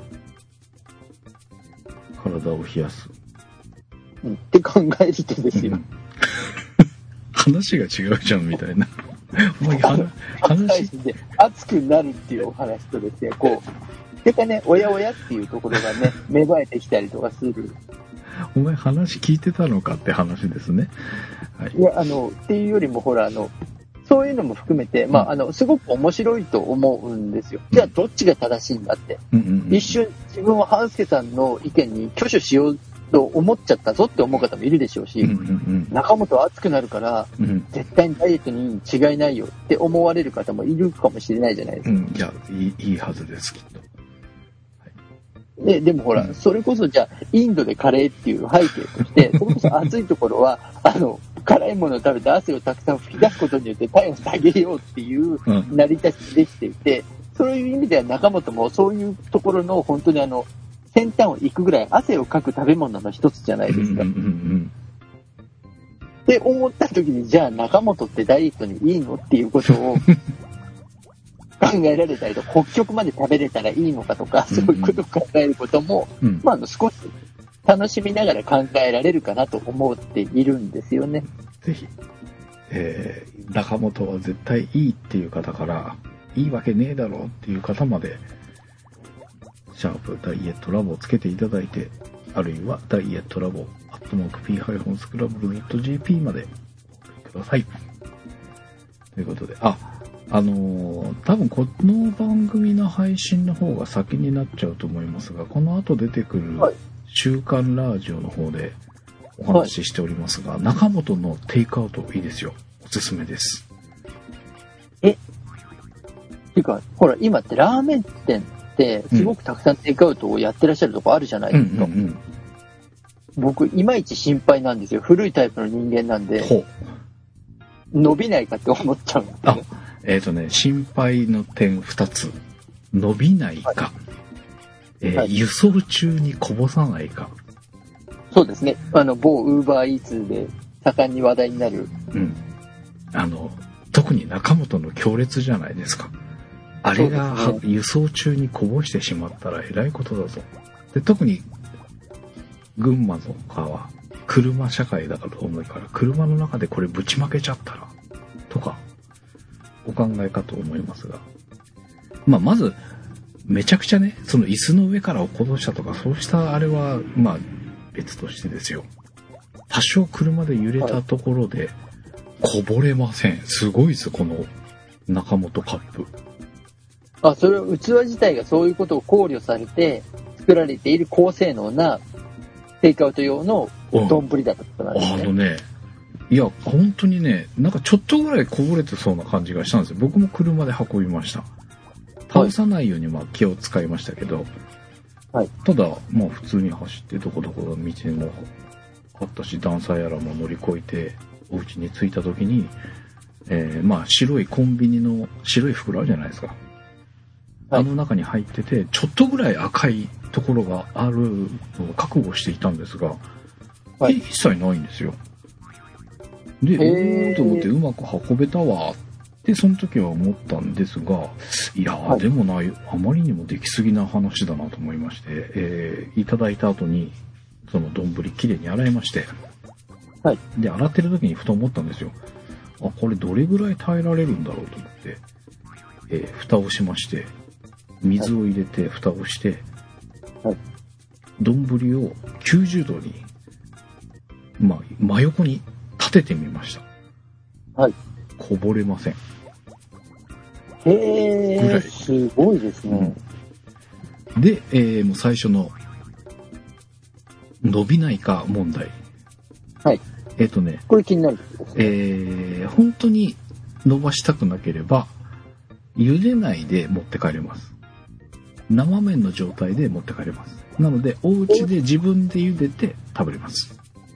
体を冷やす。 うん、って考えるとですよ。うん、 話が違うじゃんみたいな。お前話で熱くなるっていうお話とですね、こう、てかね、おやおやっていうところがね、芽生えてきたりとかする。 お前話聞いてたのかって話ですね。はい。 いや、あの、っていうよりもほら、あの、そういうのも含めて、まあ、あの、すごく面白いと思うんですよ。じゃあ、どっちが正しいんだって。うんうんうん、一瞬、自分は半助さんの意見に挙手しようと思っちゃったぞって思う方もいるでしょうし、うんうんうん、中本は熱くなるから、うん、絶対にダイエットに違いないよって思われる方もいるかもしれないじゃないですか。 うん、いや、いい、いいはずです、きっと。 で, でもほら、うん、それこそじゃあインドでカレーっていう背景としてそれこそ暑いところはあの辛いものを食べて汗をたくさん吹き出すことによって体温を下げようっていう成り立ちできていて、うん、そういう意味では中本もそういうところの本当にあの先端を行くぐらい汗をかく食べ物の一つじゃないですか。うんうんうん、って思った時にじゃあ中本ってダイエットにいいのっていうことを考えられたりと北極まで食べれたらいいのかとか、そういうことを考えることも、うん、まあ、あの少し楽しみながら考えられるかなと思っているんですよね。 ぜひ、えー、中本は絶対いいっていう方からいいわけねえだろうっていう方までシャープダイエットラボをつけていただいて、あるいはダイエットラボアットマーク P スクラブル ドット ジーピー までお送りくださいということで、ああのー、多分この番組の配信の方が先になっちゃうと思いますが、この後出てくる週刊ラジオの方でお話ししておりますが、はい、中本のテイクアウトいいですよ。おすすめです。 えっていうか、ほら今ってラーメン店ってすごくたくさんテイクアウトをやってらっしゃるとこあるじゃないですか。うんうんうん、僕いまいち心配なんですよ。古いタイプの人間なんで伸びないかって思っちゃうんですよ。 えっ、ー、とね、心配の点ふたつ。伸びないか、はいえーはい、輸送中にこぼさないか。 そうですね。あの、某ウーバーイーツで盛んに話題になる。 うん。あの、特に中本の強烈じゃないですか。あれが、ね、輸送中にこぼしてしまったらえらいことだぞ。で、特に、群馬とかは車社会だからと思うから、車の中でこれぶちまけちゃったら、とか、お考えかと思いますが、まあ、まずめちゃくちゃねその椅子の上から落っことしたとかそうしたあれはまあ別としてですよ。多少車で揺れたところでこぼれません。すごいですこの中本カップ。 あ、それは器自体がそういうことを考慮されて作られている高性能なテイクアウト用の丼だったことなんですね。 あのね、いや、本当にね、なんかちょっとぐらいこぼれてそうな感じがしたんですよ。僕も車で運びました。倒さないようにまあ気を使いましたけど、はい、ただ、まあ普通に走ってどこどこの道もあったし、段差やらも乗り越えて、お家に着いた時に、えー、まあ白いコンビニの白い袋あるじゃないですか。はい、あの中に入ってて、ちょっとぐらい赤いところがあるのを覚悟していたんですが、はい、一切ないんですよ。で、おーと思ってうまく運べたわってその時は思ったんですが、いやー、はい、でもない、あまりにもできすぎな話だなと思いまして、えー、いただいた後にその丼きれいに洗いまして、はい、で洗ってる時にふと思ったんですよ。あ、これどれぐらい耐えられるんだろうと思って、えー、蓋をしまして、水を入れて蓋をして、はい、丼をきゅうじゅうどに、まあ、真横に立ててみました。はい。こぼれません。 へー、すごいですね。 うん、で、えー、もう最初の伸びないか問題。はい。えっとね、 これ気になるですね。 えー、本当に伸ばしたくなければ、茹でないで持って帰れます。生麺の状態で持って帰れます。なので、お家で自分で茹でて食べれます。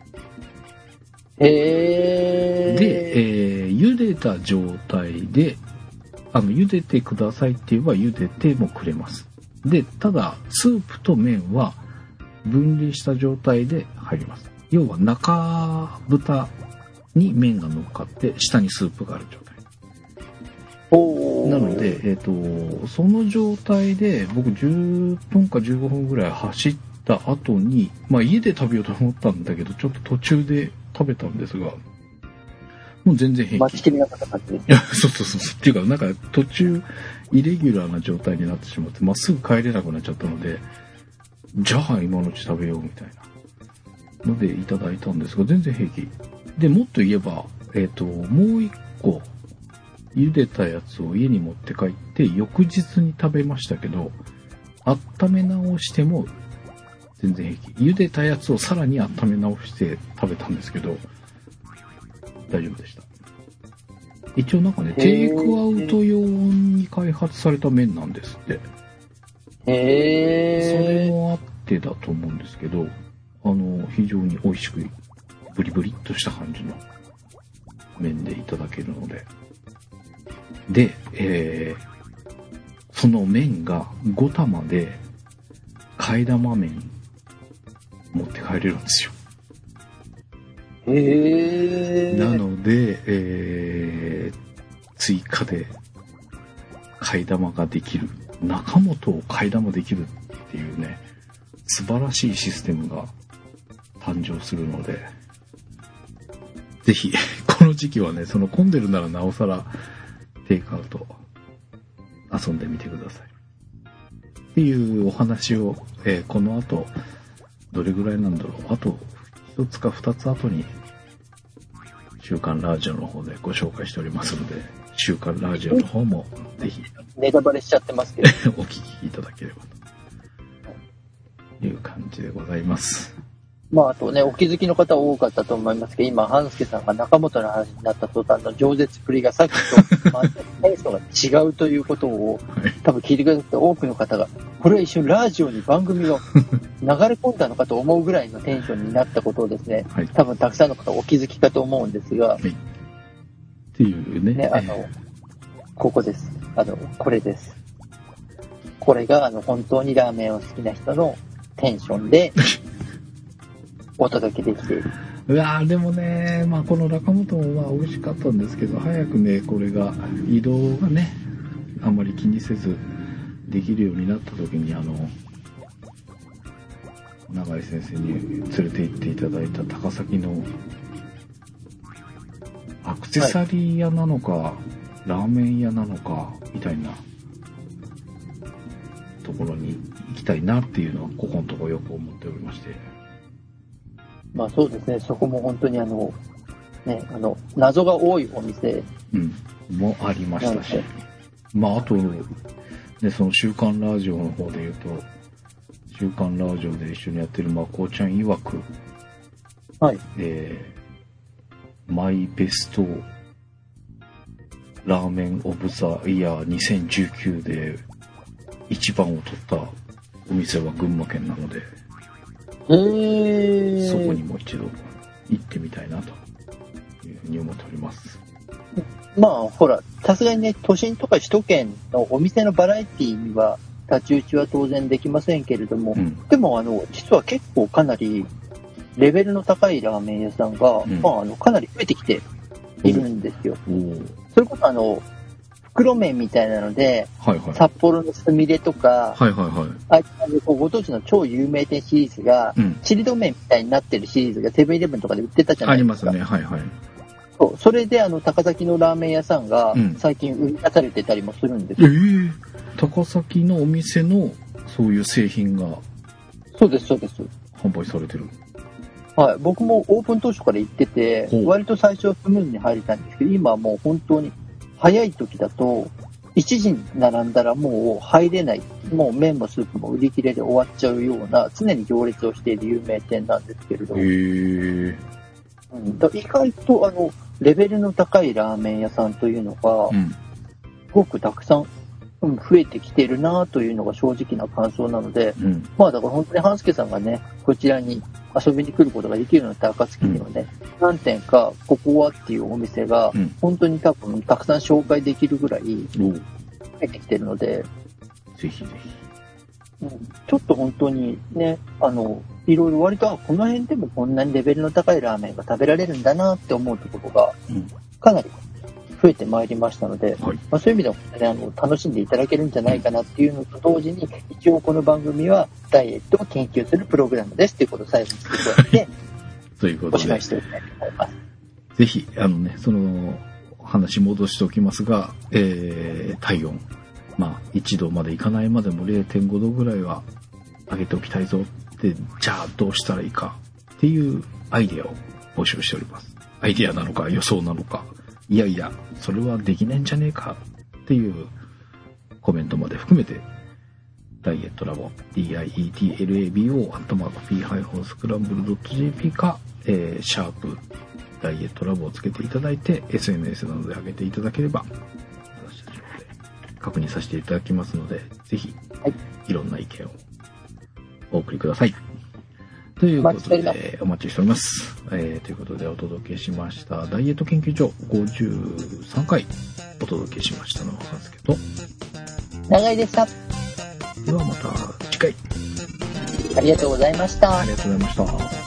へー。 で、えー、茹でた状態で、あの、茹でてくださいって言えば茹でてもくれます。で、ただ、スープと麺は分離した状態で入ります。要は中蓋に麺が乗っかって下にスープがある状態。なので、えっと、その状態で僕じゅっぷんかじゅうごふんぐらい走った後に、まあ家で食べようと思ったんだけど、ちょっと途中で食べたんですが、もう全然平気。 待ちきれなかった感じです。 そうそうそうそう。っていうか、なんか途中イレギュラーな状態になってしまって、まっすぐ帰れなくなっちゃったので、じゃあ今のうち食べようみたいな。のでいただいたんですが、全然平気で、もっと言えば、えっともう一個茹でたやつを家に持って帰って翌日に食べましたけど、温め直しても全然平気。茹でたやつをさらに温め直して食べたんですけど大丈夫でした。一応なんかね、テイクアウト用に開発された麺なんですって。 へー。 それもあってだと思うんですけど、あの非常に美味しくブリブリっとした感じの麺でいただけるので、で、えー、その麺がご玉で替え玉麺持って帰れるんですよ。 へー。 なので、えー、追加で替え玉ができる、中本を替え玉できるっていうね、素晴らしいシステムが誕生するので、ぜひこの時期はね、その混んでるならなおさらテイクアウト遊んでみてくださいっていうお話を、えー、この後どれぐらいなんだろう、あと一つか二つ後に週刊ラジオの方でご紹介しておりますので、週刊ラジオの方もぜひネタバレしちゃってますけどお聞きいただければという感じでございます。 まあ、あとね、お気づきの方多かったと思いますけど、今、半助さんが中本の話になった途端の饒舌プリがさっきと、まあ、テンションが違うということを、多分聞いてくださって多くの方が、これは一瞬ラジオに番組が流れ込んだのかと思うぐらいのテンションになったことをですね、はい、多分たくさんの方お気づきかと思うんですが、はい、 っていうね。 ね、あの、ここです。あの、これです。これが、あの、本当にラーメンを好きな人のテンションで、お届けできている。 うわー、でもね、まあこの中本もまあ美味しかったんですけど、早くね、これが移動がね、あんまり気にせずできるようになった時に、あの永井先生に連れて行っていただいた高崎のアクセサリー屋なのか、はい、ラーメン屋なのかみたいなところに行きたいなっていうのはここのところよく思っておりまして。 まあそうですね、そこも本当にあの、ね、あの、謎が多いお店、 うん、もありましたし、まああと、ね、その週刊ラジオの方で言うと、 週刊ラジオで一緒にやってるまこちゃん曰く、 はい。 えー、マイベストラーメンオブザイヤーにせんじゅうきゅうで一番を取ったお店は群馬県なので、 えー、 そこにも一度行ってみたいなというふうに思っております。 まあほら、さすがにね、都心とか首都圏のお店のバラエティには太刀打ちは当然できませんけれども、うん、でもあの実は結構かなりレベルの高いラーメン屋さんが、うん、まあ、あのかなり増えてきているんですよ。それこそあの袋麺みたいなので、はいはい、札幌のすみれとか、はいはいはい、ああいうご当地の超有名店シリーズが、うん、チルド麺みたいになってるシリーズがセブンイレブンとかで売ってたじゃないですか。 ありますね、はいはい。 そう、それであの高崎のラーメン屋さんが最近売り出されてたりもするんですよ。 うん、えー、高崎のお店のそういう製品が、 そうですそうです。 販売されてる。 はい、僕もオープン当初から行ってて、割と最初はスムーズに入れたんですけど、今はもう本当に早い時だといちじに並んだらもう入れない、もう麺もスープも売り切れで終わっちゃうような常に行列をしている有名店なんですけれど、へー、うん、だ意外とあのレベルの高いラーメン屋さんというのが、うん、すごくたくさん、うん、増えてきているなというのが正直な感想なので、うん、まあだから本当に半助さんがねこちらに遊びに来ることができるようになった暁にはね、うん、何店かここはっていうお店が、うん、本当に多分たくさん紹介できるぐらい増えてきてるので、 ぜひぜひ、 うん、ちょっと本当にね、あのいろいろ割とこの辺でもこんなにレベルの高いラーメンが食べられるんだなって思うところがかなり増えてまいりましたので、はい、まあ、そういう意味でも、ね、あの楽しんでいただけるんじゃないかなっていうのと同時に、一応この番組はダイエットを研究するプログラムですということを最後に付け加えてということでおしまいしておきたいと思います。 ぜひあのね、その話戻しておきますが、えー、体温、まあいちどまでいかないまでも れいてんごどぐらいは上げておきたいぞって、じゃあどうしたらいいかっていうアイデアを募集しております。アイデアなのか予想なのか、いやいやそれはできないんじゃねえかっていうコメントまで含めて、ダイエットラボ ディーアイイーティーエルエービーオー アットマーク ピーハイフンスクランブルドットジェーピー か、えー、シャープダイエットラボをつけていただいて エスエヌエス などで上げていただければ私たちの方で確認させていただきますので、ぜひ、はい、いろんな意見をお送りくださいということでお待ちしております、えー、ということでお届けしましたダイエット研究所ごじゅうさんかいお届けしましたのはさすけと長井でした。 ではまた次回。 ありがとうございました。 ありがとうございました。